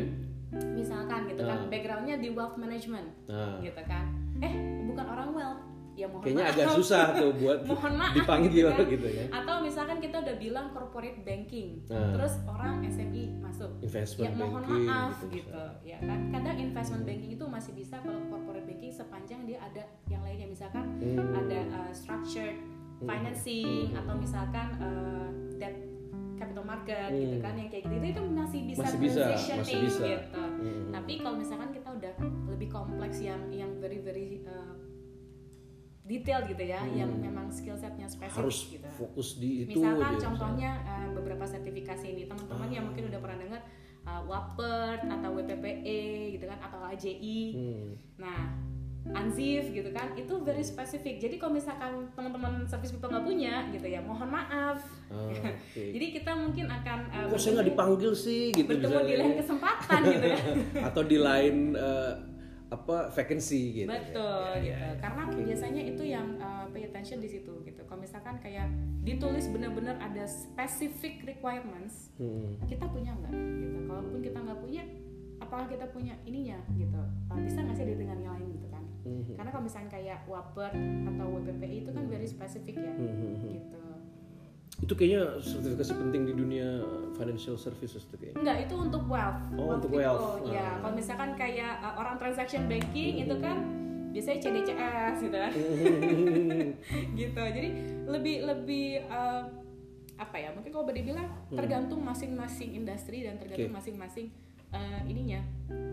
misalkan gitu kan nah. backgroundnya di wealth management nah. gitu kan. Eh bukan orang wealth. Ya mohon kayaknya maaf. agak susah tuh buat mohon maaf, dipanggil gitu, kan? gitu ya. Atau misalkan kita udah bilang corporate banking, nah. terus orang S M E masuk, investment ya mohon banking, maaf gitu, gitu, ya kan. Kadang investment banking itu masih bisa kalau corporate banking sepanjang dia ada yang lainnya, misalkan hmm. ada uh, structured financing hmm. atau misalkan uh, debt capital market hmm. gitu kan, yang kayak gitu itu masih bisa masih bisa, masih bisa. gitu. Hmm. Tapi kalau misalkan kita udah lebih kompleks yang yang very very uh, detail gitu ya, hmm. yang memang skill setnya spesifik harus gitu. Fokus di itu. Misalkan aja, contohnya uh, beberapa sertifikasi ini teman-teman ah. yang mungkin udah pernah dengar uh, W A P E R T atau W P P E gitu kan, atau A J I. Hmm. Nah, ANZIF gitu kan, itu very spesifik. Jadi kalau misalkan teman-teman service people nggak punya gitu ya, mohon maaf. Ah, okay. Jadi kita mungkin akan uh, kok saya nggak dipanggil sih gitu, bertemu di lain kesempatan gitu ya. Atau di lain uh, apa vacancy gitu. Betul ya, gitu. Ya, ya. Karena okay. biasanya itu yang uh, pay attention di situ gitu. Kalau misalkan kayak ditulis benar-benar ada specific requirements, hmm. kita punya nggak gitu. Kalaupun kita nggak punya, apakah kita punya ininya gitu, uh, bisa nggak sih dengan yang lain gitu kan. Mm-hmm. Karena kalau misalnya kayak Wapper atau W P P I itu kan very spesifik ya. Mm-hmm. Gitu. Itu kayaknya sertifikasi penting di dunia financial services tuh kayaknya. Enggak, itu untuk wealth. Oh, wealth untuk wealth. Oh, ah. Ya, kalau misalkan kayak uh, orang transaction banking mm-hmm. itu kan biasanya C D C S gitu kan. Gitu. Jadi lebih lebih uh, apa ya? Mungkin kalau boleh bilang tergantung masing-masing industri dan tergantung okay. masing-masing uh, ininya.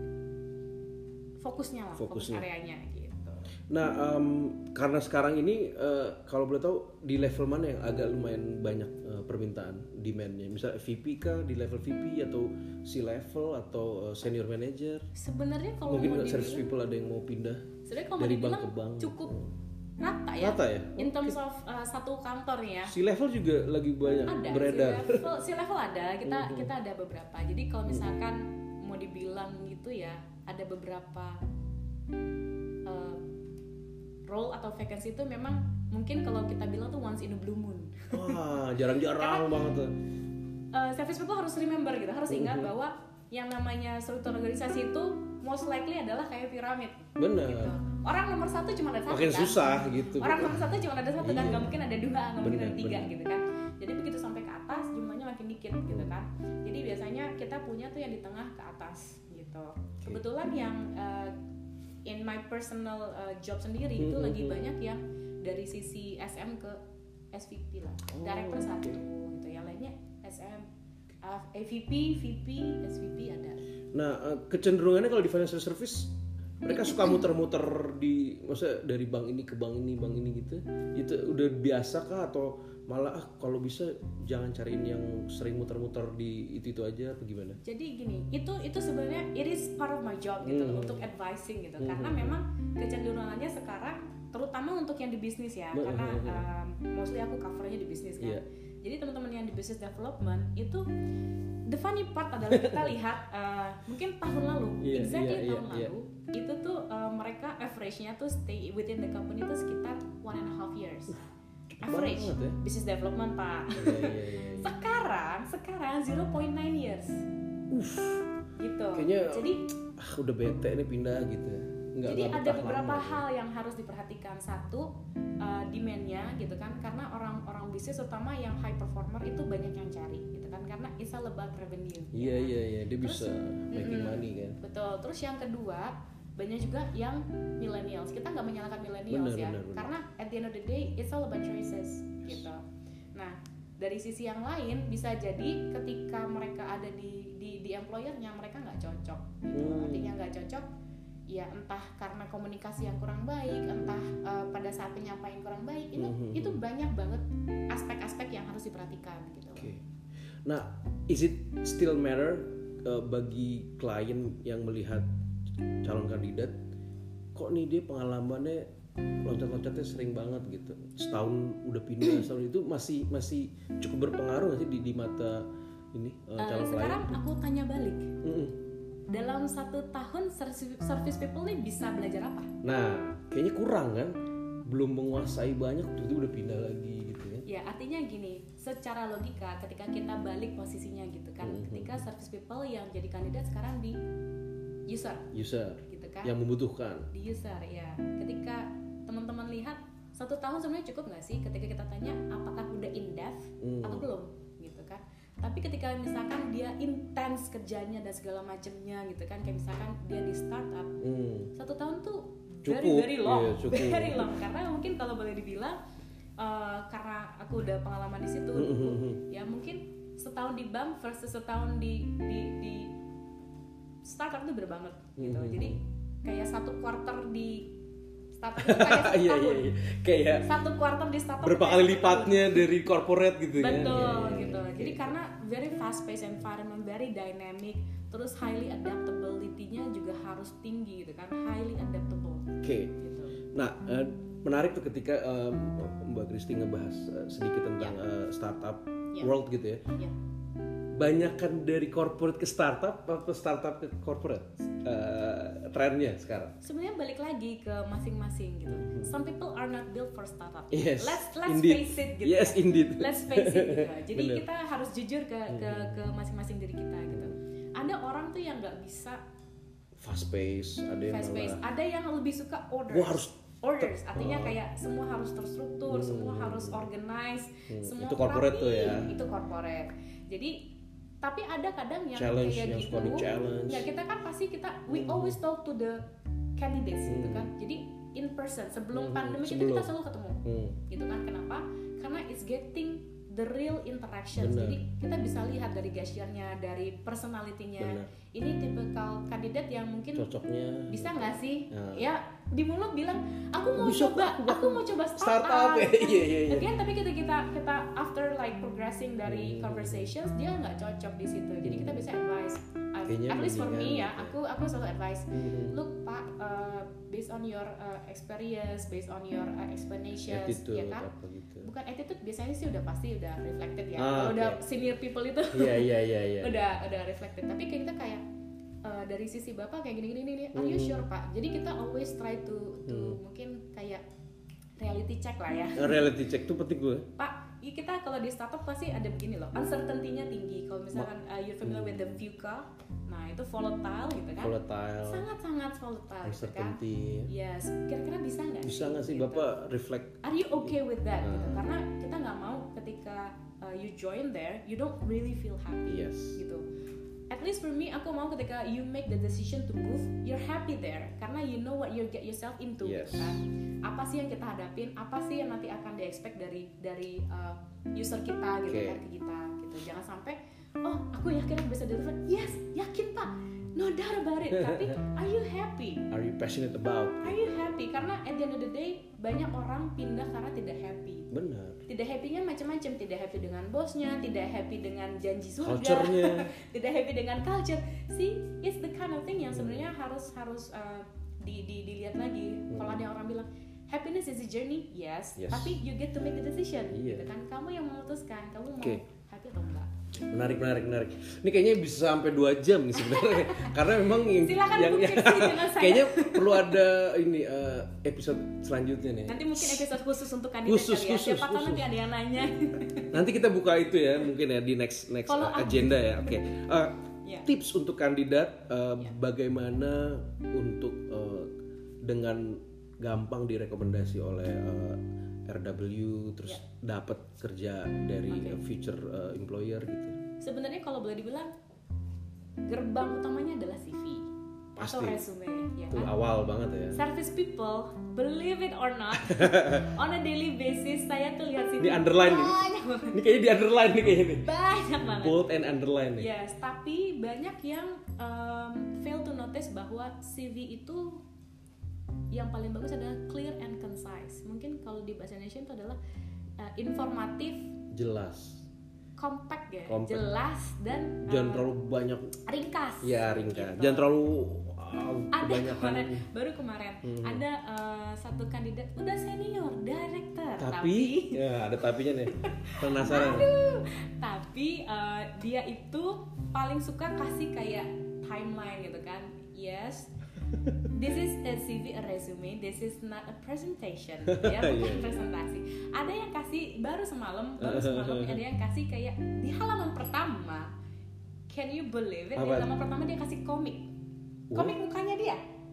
Fokusnya lah, fokus areanya gitu. Nah, um, karena sekarang ini uh, kalau boleh tahu di level mana yang agak lumayan banyak uh, permintaan demand-nya? Misalnya V P kah, di level V P atau C-level atau uh, senior manager? Sebenarnya kalau mungkin mau service dibilang, people ada yang mau pindah kalau dari mau bank ke bank. Cukup rata ya. Rata ya? In terms of uh, satu kantor ya. C-level juga lagi banyak ada, beredar. C-level, C-level ada. Kita mm-hmm. kita ada beberapa. Jadi kalau misalkan mm-hmm. mau dibilang gitu ya, ada beberapa uh, role atau vacancy itu memang mungkin kalau kita bilang tuh once in a blue moon. Wah, jarang-jarang banget tuh. Uh, service people harus remember gitu, harus ingat mm-hmm. bahwa yang namanya struktur organisasi itu most likely adalah kayak piramid. Benar. Gitu. Orang nomor satu cuma ada satu. Makin kan? susah gitu. Orang nomor satu cuma ada satu kan, iya. nggak mungkin ada dua, nggak mungkin ada tiga bener. gitu kan. Jadi begitu sampai ke atas jumlahnya makin dikit gitu kan. Jadi biasanya kita punya tuh yang di tengah ke atas gitu. Okay. Kebetulan yang uh, in my personal uh, job sendiri mm-hmm. itu lagi banyak yang dari sisi S M ke S V P lah. Oh, Director okay. satu gitu, yang lainnya S M, uh, A V P, V P, S V P ada. Nah, uh, kecenderungannya kalau di financial service mereka suka muter-muter di, maksudnya dari bank ini ke bank ini, bank ini gitu. Itu udah biasa kah atau malah ah, kalau bisa jangan cariin yang sering muter-muter di itu-itu aja atau gimana? Jadi gini, itu itu sebenarnya it is part of my job gitu hmm. untuk advising gitu. Hmm. Karena memang kecenderungannya sekarang terutama untuk yang di bisnis ya, hmm. karena um, mostly aku covernya di bisnis kan. Yeah. Jadi teman-teman yang di business development itu the funny part adalah kita lihat uh, mungkin tahun lalu, yeah, exactly yeah, tahun yeah, lalu yeah. itu tuh uh, mereka average-nya tuh stay within the company tuh sekitar one and a half years. Uh, average ya? Business development Pak. Yeah, yeah, yeah, yeah. Sekarang sekarang zero point nine years. Uff. Gitu. Kayaknya jadi ah, udah bete nih pindah gitu. Nggak, jadi nggak ada beberapa lama, hal yang harus diperhatikan. Satu, uh, demand-nya gitu kan, karena orang-orang bisnis terutama yang high performer itu banyak yang cari gitu kan, karena it's all about revenue. Iya ya kan? iya iya, dia Terus, bisa making mm-hmm, money kan. Betul. Terus yang kedua, banyak juga yang millennials. Kita nggak menyalahkan millennials ya, bener, bener. Karena at the end of the day it's all about choices gitu. Nah, dari sisi yang lain bisa jadi ketika mereka ada di di, di employer-nya mereka nggak cocok gitu. Hmm. Artinya nggak cocok ya, entah karena komunikasi yang kurang baik, entah uh, pada saat penyampaian kurang baik, itu mm-hmm. itu banyak banget aspek-aspek yang harus diperhatikan gitu. Okay. Nah, is it still matter uh, bagi klien yang melihat calon kandidat, kok nih dia pengalamannya loncat-loncatnya sering banget gitu, setahun udah pindah, setahun itu masih masih cukup berpengaruh nggak sih di, di mata ini uh, calon uh, klien? Sekarang itu? aku tanya balik. Mm-mm. Dalam satu tahun service people nih bisa belajar apa? Nah, kayaknya kurang kan? Belum menguasai banyak, tiba-tiba udah pindah lagi gitu kan? Ya, artinya gini, secara logika ketika kita balik posisinya gitu kan, mm-hmm. ketika service people yang jadi kandidat sekarang di user, user, gitu kan? Yang membutuhkan. Di user ya. Ketika teman-teman lihat satu tahun sebenarnya cukup nggak sih? Ketika kita tanya apakah udah in depth mm. atau belum, gitu kan? Tapi ketika misalkan dia intens kerjanya dan segala macamnya gitu kan, kayak misalkan dia di startup hmm. satu tahun tuh cukup, very very long, yeah, very long. Karena mungkin kalau boleh dibilang uh, karena aku udah pengalaman di situ, mm-hmm. ya mungkin setahun di bank versus setahun di di, di startup itu beda banget gitu. Mm-hmm. Jadi kayak satu quarter di startup itu kayak satu yeah, tahun, yeah, yeah. Kayak satu quarter di startup berapa kali lipatnya tahun. Dari corporate gitu. Betul, ya. Betul yeah, gitu. yeah. Jadi karena very fast paced environment, very dynamic, terus highly adaptability-nya juga harus tinggi gitu kan, highly adaptable. Oke. Okay. Gitu. Nah, uh, menarik tuh ketika um, Mbak Kristi ngebahas uh, sedikit tentang yeah. uh, startup yeah. world gitu ya. Yeah. Banyakan dari corporate ke startup atau startup ke corporate uh, trennya sekarang? Sebenarnya balik lagi ke masing-masing gitu. Mm-hmm. Some people are not built for startup. Yes, let's let's indeed. face it gitu. Yes, kan. indeed. Let's face it gitu. Jadi Bener. Kita harus jujur ke ke ke masing-masing diri kita gitu. Ada orang tuh yang nggak bisa fast pace, ada yang fast pace, malah ada yang lebih suka orders. Wah, harus orders, artinya oh. kayak semua harus terstruktur, Hmm. semua harus organize, Hmm, semua itu corporate rapi. tuh ya. Itu corporate. Jadi tapi ada kadang yang challenge, kayak yang gitu. suka di-challenge. Ya kita kan pasti kita we Hmm. always talk to the candidates Hmm. gitu kan. Jadi in person sebelum Hmm, pandemi itu sebelum. kita selalu ketemu. Hmm. Gitu kan, kenapa? Karena it's getting the real interactions. Benar. Jadi kita bisa lihat dari gesturnya, dari personality-nya. Benar. Ini tipikal kandidat yang mungkin Cocoknya bisa nggak sih? Ya. Ya di mulut bilang aku mau Bisa, coba, aku- aku mau coba startup startup. ya. Iya iya iya. Again, tapi kita kita kita after like progressing dari Hmm. conversations dia nggak cocok di situ. Jadi kita bisa advice. I- Kayaknya At least for me mendingan ya, gitu. aku aku selalu advice. Hmm. Look Pak, uh, based on your uh, experience, based on your uh, explanations, Attitude ya kan? apa gitu. Bukan attitude, biasanya sih udah pasti udah reflected ya. Ah, Kalau udah oke. senior people itu Iya iya iya iya. udah udah reflected. Tapi kayak kita kayak uh, dari sisi bapak kayak gini gini gini. Are you Hmm. sure Pak? Jadi kita always try to to Hmm. mungkin kayak reality check lah ya. Reality check tuh penting gue. Pak, i- kita kalau di startup pasti ada begini loh, uncertainty-nya tinggi. Kalau misalkan uh, you're familiar with the VUCA, nah itu volatile gitu kan, Volatile, sangat-sangat volatile gitu kan. uncertainty. Yes, kira-kira bisa nggak? Bisa nggak sih gitu? Bapak reflect? Are you okay with that? Gitu. Hmm. Karena kita nggak mau ketika uh, you join there, you don't really feel happy. Yes. Gitu. At least for me, aku mau ketika you make the decision to move, you're happy there karena you know what you get yourself into. Yes. Kan? Apa sih yang kita hadapin? Apa sih yang nanti akan di-expect dari dari uh, user kita gitu Okay. kan ke kita gitu. Jangan sampai oh aku yakin aku bisa deliver. Yes, yakin Pak. No doubt about it. Tapi are you happy? Are you passionate about? Are you happy? Karena at the end of the day banyak orang pindah karena tidak happy. Benar. Tidak happy-nya macam-macam, tidak happy dengan bosnya, tidak happy dengan janji surga, Culture-nya. tidak happy dengan culture. See, it's the kind of thing yang sebenarnya harus harus uh, di, di, dilihat lagi. Hmm. Kalau ada orang bilang happiness is a journey, yes, Yes. tapi you get to make the decision, Iya. gitu kan? Kamu yang memutuskan, kamu mau Oke. happy atau enggak? Menarik, menarik, menarik. Ini kayaknya bisa sampai dua jam nih sebenarnya. Karena memang yang Silakan yang, bukti sih dengan saya. kayaknya perlu ada ini uh, episode selanjutnya nih. Nanti mungkin episode khusus untuk kandidat Khusus, kali ya. khusus, Siapa tahu khusus. nanti ada yang nanya. Nanti kita buka itu ya, mungkin ya di next next Follow uh, up. agenda ya. Oke. Uh, Ya. Tips untuk kandidat uh, Ya. bagaimana untuk uh, dengan gampang direkomendasi oleh uh, R W terus Ya. dapat kerja dari Oke. uh, future uh, employer gitu. Sebenarnya kalau boleh dibilang gerbang utamanya adalah C V atau Pasti. resume, ya Itu kan? awal banget ya. Service people, believe it or not, on a daily basis saya tuh lihat C V Di underline nih. banyak banget, Ini kayaknya di underline nih kayaknya nih. banyak banget. Bold and underline nih. Yes, tapi banyak yang um, fail to notice bahwa C V itu yang paling bagus adalah clear and concise. Mungkin kalau di bahasa Indonesia itu adalah uh, informatif, Jelas. compact ya, Compact. jelas dan Jangan uh, terlalu banyak. ringkas. Ya ringkas. Gitu. Jangan terlalu uh, Ada kebanyakan. kemarin, baru kemarin Hmm. ada uh, satu kandidat udah senior, director, Tapi, ya ada tapinya nih. Penasaran. aduh, tapi uh, dia itu paling suka kasih kayak timeline gitu kan. Yes, this is a C V, a resume. This is not a presentation. Ya, bukan Iya. presentasi. Ada yang kasih baru semalam, baru semalam ada yang kasih kayak di halaman pertama. Can you believe it? Di Apa? halaman pertama dia kasih komik. Wah. Komik mukanya dia.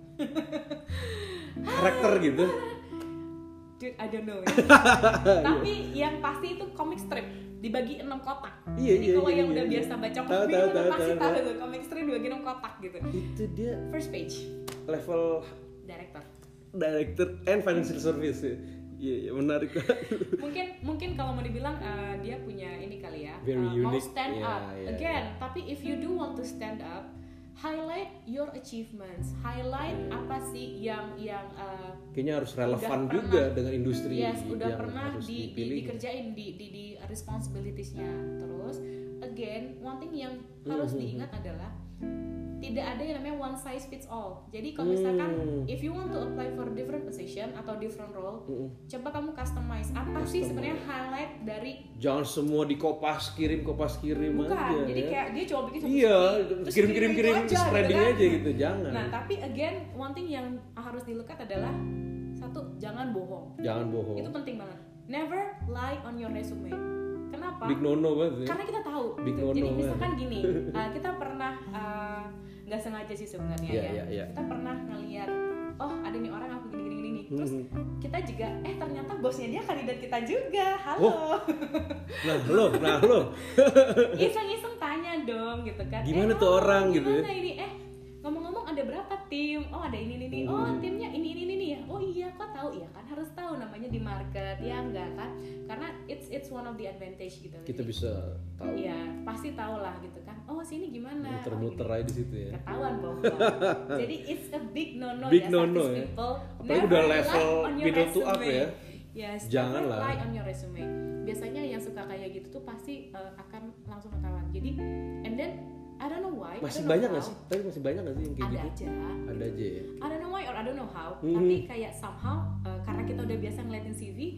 Karakter gitu. Dude, I don't know. Tapi yang pasti itu komik strip dibagi enam kotak. Iya, Jadi iya, kalau iya, yang iya, udah iya. biasa baca Tahu, komik tahu, udah tahu, pasti tahu, tahu tahu. tuh komik strip dibagi enam kotak gitu. Itu dia First page, level director. director and financial service. Iya, iya menarik. Mungkin mungkin kalau mau dibilang uh, dia punya ini kali ya, Very uh, mau unique. stand Iya, up. iya, Again, tapi if you do want to stand up, highlight your achievements, highlight Iya. apa sih yang yang uh, Kayaknya harus relevan Udah juga pernah- dengan industri yes, udah yang pernah harus di, di, dipilih. dikerjain di di, di responsibilities-nya. Terus again, one thing yang harus Mhm. diingat adalah tidak ada yang namanya one size fits all. Jadi kalau misalkan Hmm. if you want to apply for different position atau different role, Mm-mm. coba kamu customize apa sih Customize. sebenarnya highlight dari Jangan semua di kopas kirim kopas kirim bukan. aja. Jadi ya. kayak dia coba bikin satu Iya, script, terus kirim kirim itu kirim aja, spreading gitu kan. aja gitu, jangan. Nah, tapi again, one thing yang harus dilekat adalah satu, jangan bohong. Jangan bohong. Itu penting banget. Never lie on your resume. Kenapa? Big no no banget ya. Karena kita tahu. Big gitu. no-no Jadi banget. misalkan gini, uh, kita pernah uh, nggak sengaja aja sih sebenarnya yeah, ya. Yeah, yeah. Kita pernah ngeliat, oh ada nih orang aku gini-gini gini. Terus mm-hmm. kita juga, eh ternyata bosnya dia kandidat kita juga. Halo. Oh. Nah lo, nah lo. Iseng-iseng tanya dong gitu kan. Gimana eh, tuh oh, orang gimana gitu ya? Ini eh ngomong-ngomong ada berapa tim? Oh ada ini ini nih. Hmm. Oh timnya ini ini ini ya. Oh iya kok tahu ya kan harus tahu namanya di market ya enggak kan? Karena it's it's one of the advantage gitu. Kita jadi, bisa tahu. Iya pasti tahu lah gitu kan. Oh sini gimana? Muter-muter aja di situ ya. Ketahuan bohong. Jadi it's a big no no big ya. no no ya. Apalagi udah level middle to up ya. Yes, jangan lah. Lie on your resume. Biasanya yang suka kayak gitu tuh pasti uh, akan langsung ketahuan. Jadi and then I don't know why. Masih banyak nggak sih? Tapi masih banyak nggak sih yang kayak ada gitu? Aja. Ada aja. Ya? I don't know why or I don't know how. Mm-hmm. Tapi kayak somehow uh, karena kita udah biasa ngeliatin C V,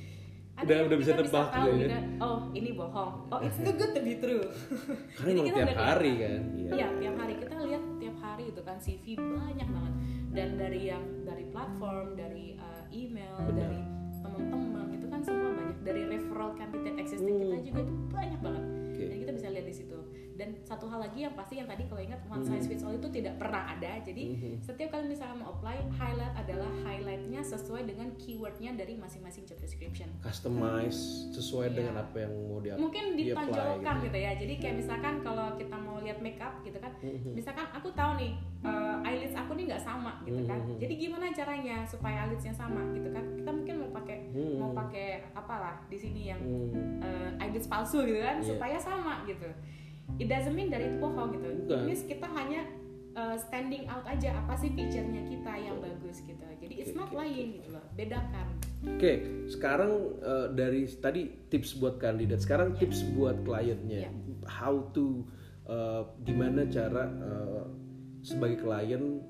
ada udah yang udah bisa kita tebak bisa tahu gitu, gitu. Oh ini bohong. Oh it's too good to be true. Karena emang tiap hari kan. Iya tiap hari kita lihat tiap hari itu kan C V banyak banget. Dan dari yang dari platform, dari uh, email, Benar. dari teman-teman itu kan semua banyak. Dari referral candidate existing hmm. kita juga itu banyak banget. Okay. Dan kita bisa lihat di situ. Dan satu hal lagi yang pasti yang tadi kalau ingat one size fits all itu tidak pernah ada. Jadi mm-hmm. setiap kali misalnya mau apply, highlight adalah highlightnya sesuai dengan keywordnya dari masing-masing job description. Customize sesuai yeah. dengan apa yang mau di mungkin ditonjolkan gitu. gitu ya. Jadi kayak misalkan kalau kita mau lihat makeup gitu kan, mm-hmm. misalkan aku tahu nih uh, eyelids aku nih nggak sama gitu kan. Mm-hmm. Jadi gimana caranya supaya eyelidsnya sama gitu kan? Kita mungkin mau pakai mm-hmm. mau pakai apalah di sini yang mm-hmm. uh, eyelids palsu gitu kan, yeah. supaya sama gitu. It doesn't mean dari itu bohong gitu. It means kita hanya uh, standing out aja apa sih feature-nya kita yang bagus gitu. Jadi it's okay, not okay, lying okay. gitu loh. Bedakan. Oke, okay. Sekarang uh, dari tadi tips buat kandidat, sekarang yeah. tips buat kliennya. Yeah. How to uh, gimana cara uh, sebagai klien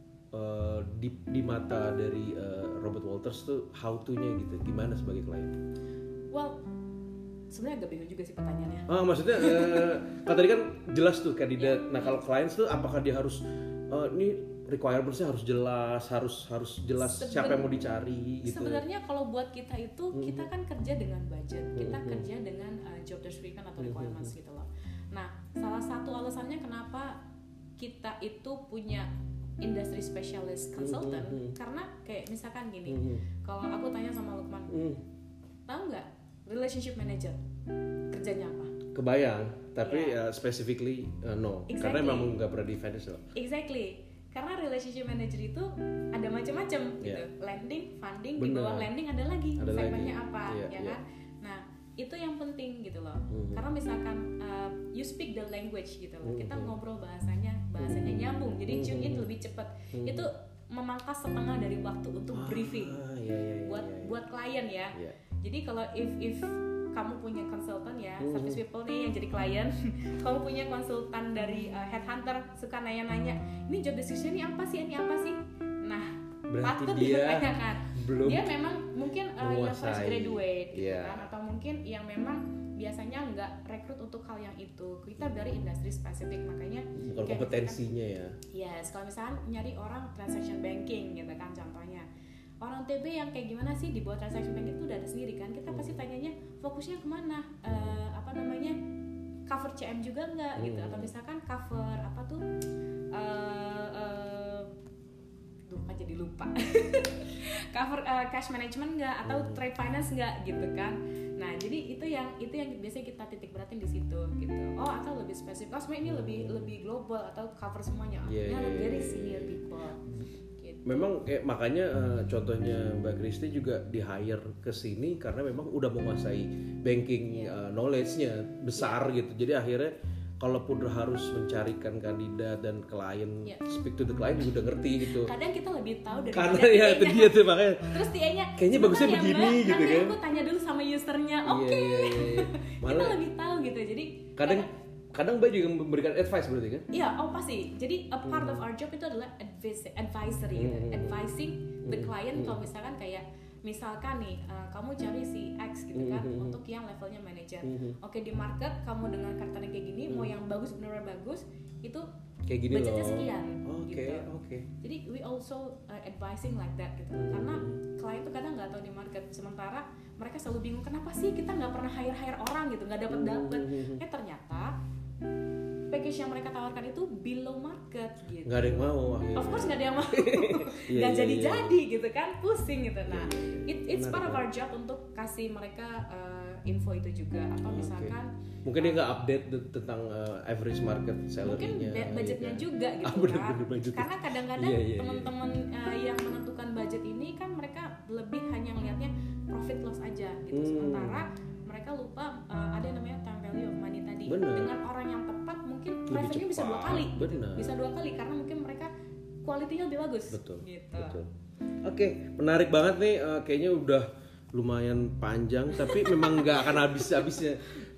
uh, di di mata dari uh, Robert Walters tuh how to-nya gitu. Gimana sebagai klien? Well, sebenarnya agak bingung juga sih pertanyaannya. Ah, maksudnya uh, kan tadi kan jelas tuh kandidat. Yeah. Nah, kalau clients tuh apakah dia harus uh, ini requirements-nya harus jelas, harus harus jelas Seben- siapa yang mau dicari gitu. Sebenarnya kalau buat kita itu mm-hmm. kita kan kerja dengan budget, kita mm-hmm. kerja dengan uh, job description atau requirements mm-hmm. gitu loh. Nah, salah satu alasannya kenapa kita itu punya industry specialist consultant mm-hmm. karena kayak misalkan gini, mm-hmm. kalau aku tanya sama Lukman, mm. tahu nggak relationship manager kerjanya apa? Kebayang, tapi yeah. uh, specifically uh, no, exactly. Karena memang nggak pernah di-finance loh. Exactly, karena relationship manager itu ada macam-macam yeah. gitu, lending, funding, Bener. Di bawah lending ada lagi ada segmennya lagi. Apa, yeah, ya kan? Yeah. Nah itu yang penting gitu loh, mm-hmm. karena misalkan uh, you speak the language gitu loh, mm-hmm. kita ngobrol bahasanya, bahasanya mm-hmm. nyambung, jadi mm-hmm. tune in lebih cepat, mm-hmm. itu memangkas setengah dari waktu untuk briefing ah, yeah, yeah, yeah, buat yeah, yeah. buat klien ya. Yeah. Jadi kalau if if kamu punya konsultan ya, mm-hmm. service people nih yang jadi klien, kamu punya konsultan dari uh, headhunter suka nanya-nanya, ini job description ini apa sih, ini apa sih? Nah, berarti patut dia ditanyakan. belum dia memang mungkin uh, yang fresh graduate gitu yeah. kan, atau mungkin yang memang biasanya nggak rekrut untuk hal yang itu. Kita dari industri spesifik, makanya bukan kompetensinya misalkan, ya. Yes, kalau misalnya nyari orang transaction banking gitu kan contohnya. Orang T B yang kayak gimana sih di bawah transaction banking itu udah ada sendiri kan, kita pasti tanyanya fokusnya kemana, uh, apa namanya cover C M juga nggak gitu, atau misalkan cover apa tuh uh, uh, duh kan jadi lupa cover uh, cash management nggak atau trade finance nggak gitu kan. Nah jadi itu yang itu yang biasanya kita titik beratin di situ gitu. Oh atau lebih spesifik, oh sebenarnya ini lebih lebih global atau cover semuanya, yeah, yeah, yeah, very yeah, senior yeah. people. Memang kayak makanya uh, contohnya Mbak Kristi juga di hire ke sini karena memang udah menguasai banking yeah. uh, knowledge-nya besar yeah. gitu. Jadi akhirnya kalaupun harus mencarikan kandidat dan klien yeah. speak to the client juga udah ngerti gitu. Kadang kita lebih tahu dari karena ya itu dia tuh makanya. Terus dianya kayaknya bagusnya ya, begini Mbak, gitu kan. Aku tanya dulu sama usernya. Oke. Okay. Yeah, yeah, yeah. Kita lebih tahu gitu. Jadi kadang kadang Kadang Mbak juga memberikan advice berarti kan? Iya, oh pasti. Jadi a part hmm. of our job itu adalah advis- advisory, hmm. gitu. Advising the client. Hmm. Kalau misalkan kayak misalkan nih uh, kamu cari si X gitu kan hmm. untuk yang levelnya manager. Hmm. Oke di market kamu dengan karakternya kayak gini, hmm. mau yang bagus benar-benar bagus itu kayak gini budgetnya loh. sekian. Oke, okay, gitu. Oke. Okay. Jadi we also uh, advising like that gitu. Hmm. Karena klien tuh kadang nggak tahu di market. Sementara mereka selalu bingung kenapa sih kita nggak pernah hire hire orang gitu, nggak dapat dapat. Hmm. Eh ternyata package yang mereka tawarkan itu below market gitu. Nggak ada yang mau akhirnya. Of course nggak ada yang mau. Iya, Nggak iya, jadi-jadi gitu kan, pusing gitu. Nah, it, it's Menarik, part of our job untuk kasih mereka uh, info itu juga. Atau misalkan okay. mungkin dia nggak update de- tentang uh, average market salary-nya. Mungkin budgetnya ya kan? juga gitu ah, bener, kan. bener, budget. Karena kadang-kadang yeah, yeah, teman-teman uh, yang menentukan budget ini kan mereka lebih hanya ngelihatnya profit loss aja gitu. Hmm. Sementara mereka lupa uh, ada yang namanya time value of money tadi. Bener. Dengan orang yang tepat mungkin Lebih revenue bisa cepat. dua kali. Bener. Bisa dua kali karena mungkin mereka kualitinya lebih bagus. Betul. Gitu. Betul. Oke, okay, menarik banget nih. Uh, kayaknya udah lumayan panjang, tapi memang nggak akan habis-habisnya.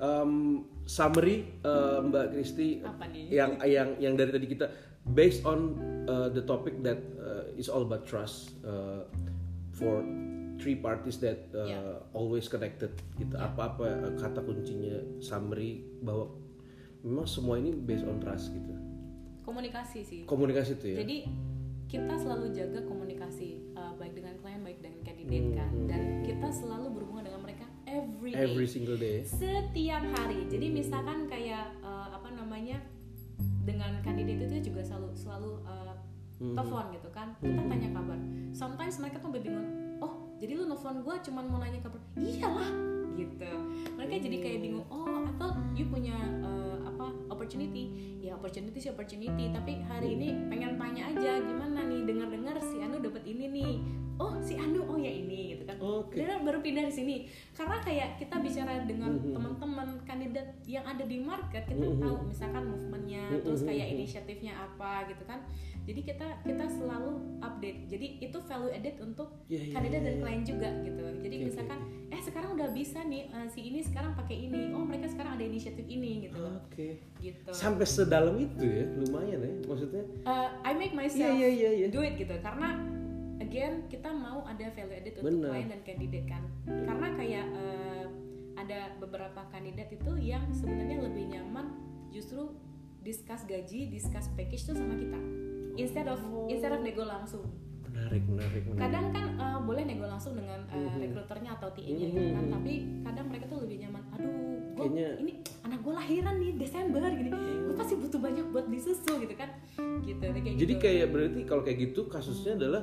Um, summary uh, Mbak Kristi yang yang yang dari tadi kita based on uh, the topic that uh, is all about trust uh, for three parties that uh, yeah. always connected gitu. Yeah. Apa-apa uh, kata kuncinya summary bahwa memang semua ini based on trust gitu. Komunikasi sih. Komunikasi itu ya. Jadi kita selalu jaga komunikasi uh, baik dengan klien baik dengan kandidat hmm, kan, dan kita selalu berhubungan dengan mereka every day. Every single day. Setiap hari. Jadi misalkan kayak uh, apa namanya dengan kandidat itu juga selalu selalu uh, hmm. telepon gitu kan. Kita tanya kabar. Sometimes mereka tuh bingung. Oh, jadi lu nelfon gue cuman mau nanya kabar. Iyalah gitu. Mereka hmm. jadi kayak bingung. Oh, atau you punya uh, apa opportunity? Ya opportunity sih opportunity. Tapi hari ini pengen tanya aja gimana nih. Dengar-dengar si Anu dapat ini nih. Oh si Anu oh ya ini gitu kan. Okay. Dan baru pindah di sini. Karena kayak kita bicara dengan mm-hmm. teman-teman kandidat yang ada di market, kita mm-hmm. tahu misalkan movementnya, mm-hmm. terus kayak inisiatifnya apa gitu kan. Jadi kita kita selalu update. Jadi itu value added untuk yeah, yeah, kandidat yeah, dan klien juga gitu. Jadi okay, misalkan okay. eh sekarang udah bisa nih uh, si ini sekarang pakai ini. Oh mereka sekarang ada inisiatif ini gitu loh. Oke. Okay. Gitu. Sampai sedalam itu ya, lumayan ya maksudnya. Uh, I make myself yeah, yeah, yeah, yeah. do it gitu karena again kita mau ada value added untuk Bener. klien dan kandidat kan. Karena kayak uh, ada beberapa kandidat itu yang sebenarnya lebih nyaman justru discuss gaji, discuss package tuh sama kita. Instead of oh. instead of nego langsung. Menarik, menarik, menarik. Kadang kan uh, boleh nego langsung dengan uh, mm-hmm. rekruternya atau T A-nya mm-hmm. gitu kan, tapi kadang mereka tuh lebih nyaman. Aduh, gua Kayaknya... ini anak gue lahiran nih Desember gini, gue pasti butuh banyak buat beli susu gitu kan, gitu. Kayak Jadi gitu. kayak berarti kalau kayak gitu kasusnya adalah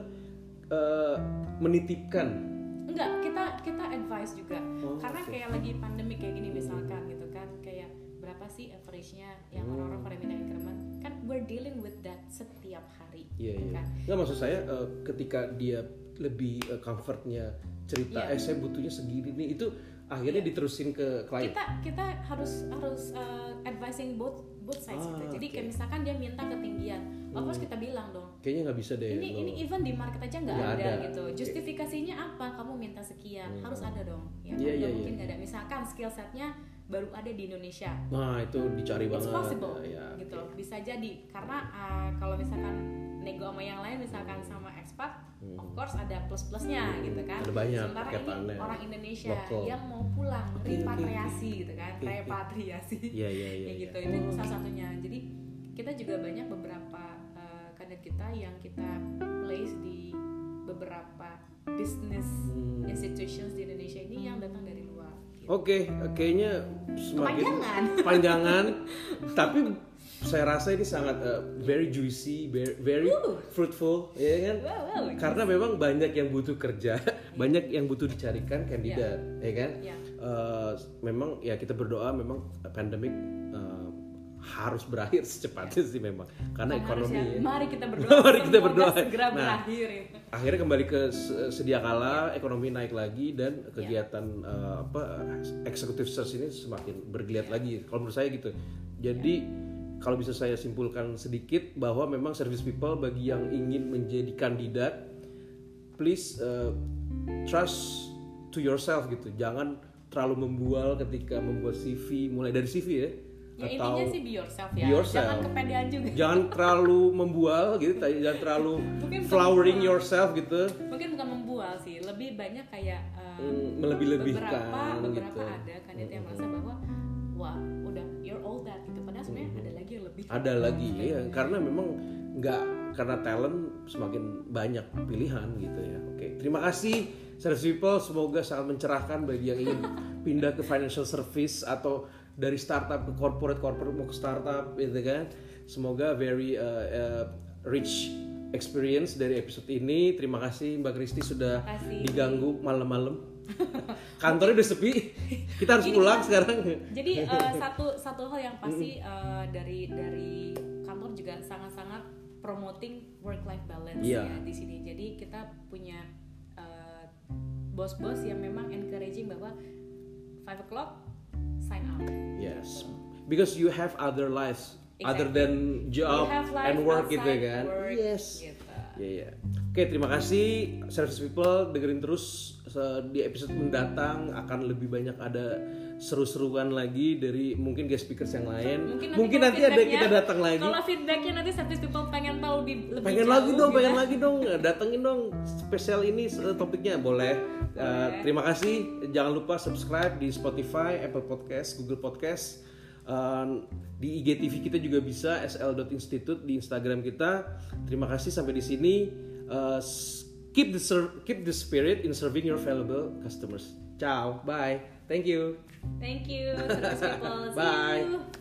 uh, menitipkan. Enggak, kita kita advice juga, oh, karena okay. kayak lagi pandemi kayak gini misalkan gitu kan, kayak berapa sih average-nya yang hmm. orang-orang pada minta increment kan, we're dealing with that setiap hari. Iya, gitu iya. kan. Nggak maksud saya uh, ketika dia lebih uh, comfortnya cerita, yeah. eh saya butuhnya segini nih, itu akhirnya yeah. diterusin ke klien. Kita kita harus harus uh, advising both both sides ah, gitu. Jadi okay. kayak misalkan dia minta ketinggian, hmm. of course kita bilang dong. Kayaknya nggak bisa deh. Ini lo. ini even di market aja nggak ada, ada gitu. Justifikasinya apa? Kamu minta sekian, hmm. harus ada dong. Ya, yeah, yeah, yeah, mungkin nggak yeah. ada. Misalkan skill setnya baru ada di Indonesia. Nah itu dicari It's banget. possible, ya, gitu. Okay. Bisa jadi karena uh, kalau misalkan nego sama yang lain, misalkan sama expat, hmm. of course ada plus-plusnya hmm. gitu kan. Ada banyak. Sementara ini orang Indonesia local. yang mau pulang, okay, repatriasi okay. gitu kan, okay, repatriasi. Iya iya iya. Kayak gitu. Ya. Itu oh. salah satunya. Jadi kita juga banyak beberapa uh, kandidat kita yang kita place di beberapa business hmm. institutions di Indonesia ini yang datang dari luar. Gitu. Oke, okay, kayaknya semakin panjangan, panjangan tapi saya rasa ini sangat uh, very juicy, very, very uh. fruitful, ya kan? Well, well, Karena yes. memang banyak yang butuh kerja, yeah. banyak yang butuh dicarikan kandidat, yeah. ya kan? Yeah. Uh, memang ya kita berdoa memang pandemik uh, harus berakhir secepatnya yeah. sih memang, karena kan ekonomi. Ya. Ya. Mari kita berdoa. Mari kita berdoa. Segera nah, berakhir. Ya. Akhirnya kembali ke sedia kala, yeah. ekonomi naik lagi dan kegiatan yeah. uh, apa executive search ini semakin bergeliat yeah. lagi. Kalau menurut saya gitu. Jadi yeah. kalau bisa saya simpulkan sedikit bahwa memang service people bagi yang ingin menjadi kandidat, please uh, trust to yourself gitu. Jangan terlalu membual ketika membuat C V, mulai dari C V ya. Ya atau intinya sih be yourself ya. Be yourself. Jangan kepedean juga. Jangan terlalu membual gitu, jangan terlalu flowering yourself gitu. Mungkin bukan membual sih, lebih banyak kayak uh, mm, melebih-lebihkan beberapa, beberapa gitu. ada kandidat yang merasa bahwa wah udah you're all that gitu. Padahal sebenarnya mm. ada lagi yang lebih. Ada lagi ya, karena memang nggak karena talent semakin banyak pilihan gitu ya. Oke, terima kasih Service People, semoga sangat mencerahkan bagi yang ingin pindah ke financial service atau dari startup ke corporate, corporate mau ke startup gitu kan. Semoga very uh, uh, rich experience dari episode ini. Terima kasih Mbak Kristi sudah diganggu malam-malam. Kantornya udah sepi, kita harus Ini pulang kan, sekarang. Jadi uh, satu satu hal yang pasti uh, dari dari kantor juga sangat-sangat promoting work life balance yeah. ya di sini. Jadi kita punya uh, bos-bos yang memang encouraging bahwa five o'clock sign out. Yes, because you have other lives. Exactly. Other than job and work gitu kan. Work, yes. Gitu. Ya yeah, yeah. Oke, terima kasih Service People, dengerin terus di episode mendatang akan lebih banyak ada seru-seruan lagi dari mungkin guest speakers yang lain. Mungkin nanti, mungkin nanti ada kita datang lagi. Kalau feedbacknya nanti Service People pengen tahu lebih, lebih pengen jauh, lagi dong, gitu. pengen lagi dong, datengin dong spesial ini topiknya boleh. boleh. Uh, terima kasih, jangan lupa subscribe di Spotify, Apple Podcast, Google Podcast. Uh, di I G T V kita juga bisa s l dot institute di Instagram kita. Terima kasih sampai di sini. Uh, keep the ser- keep the spirit in serving your valuable customers. Ciao, bye, thank you. Thank you, Service People. See Bye. you.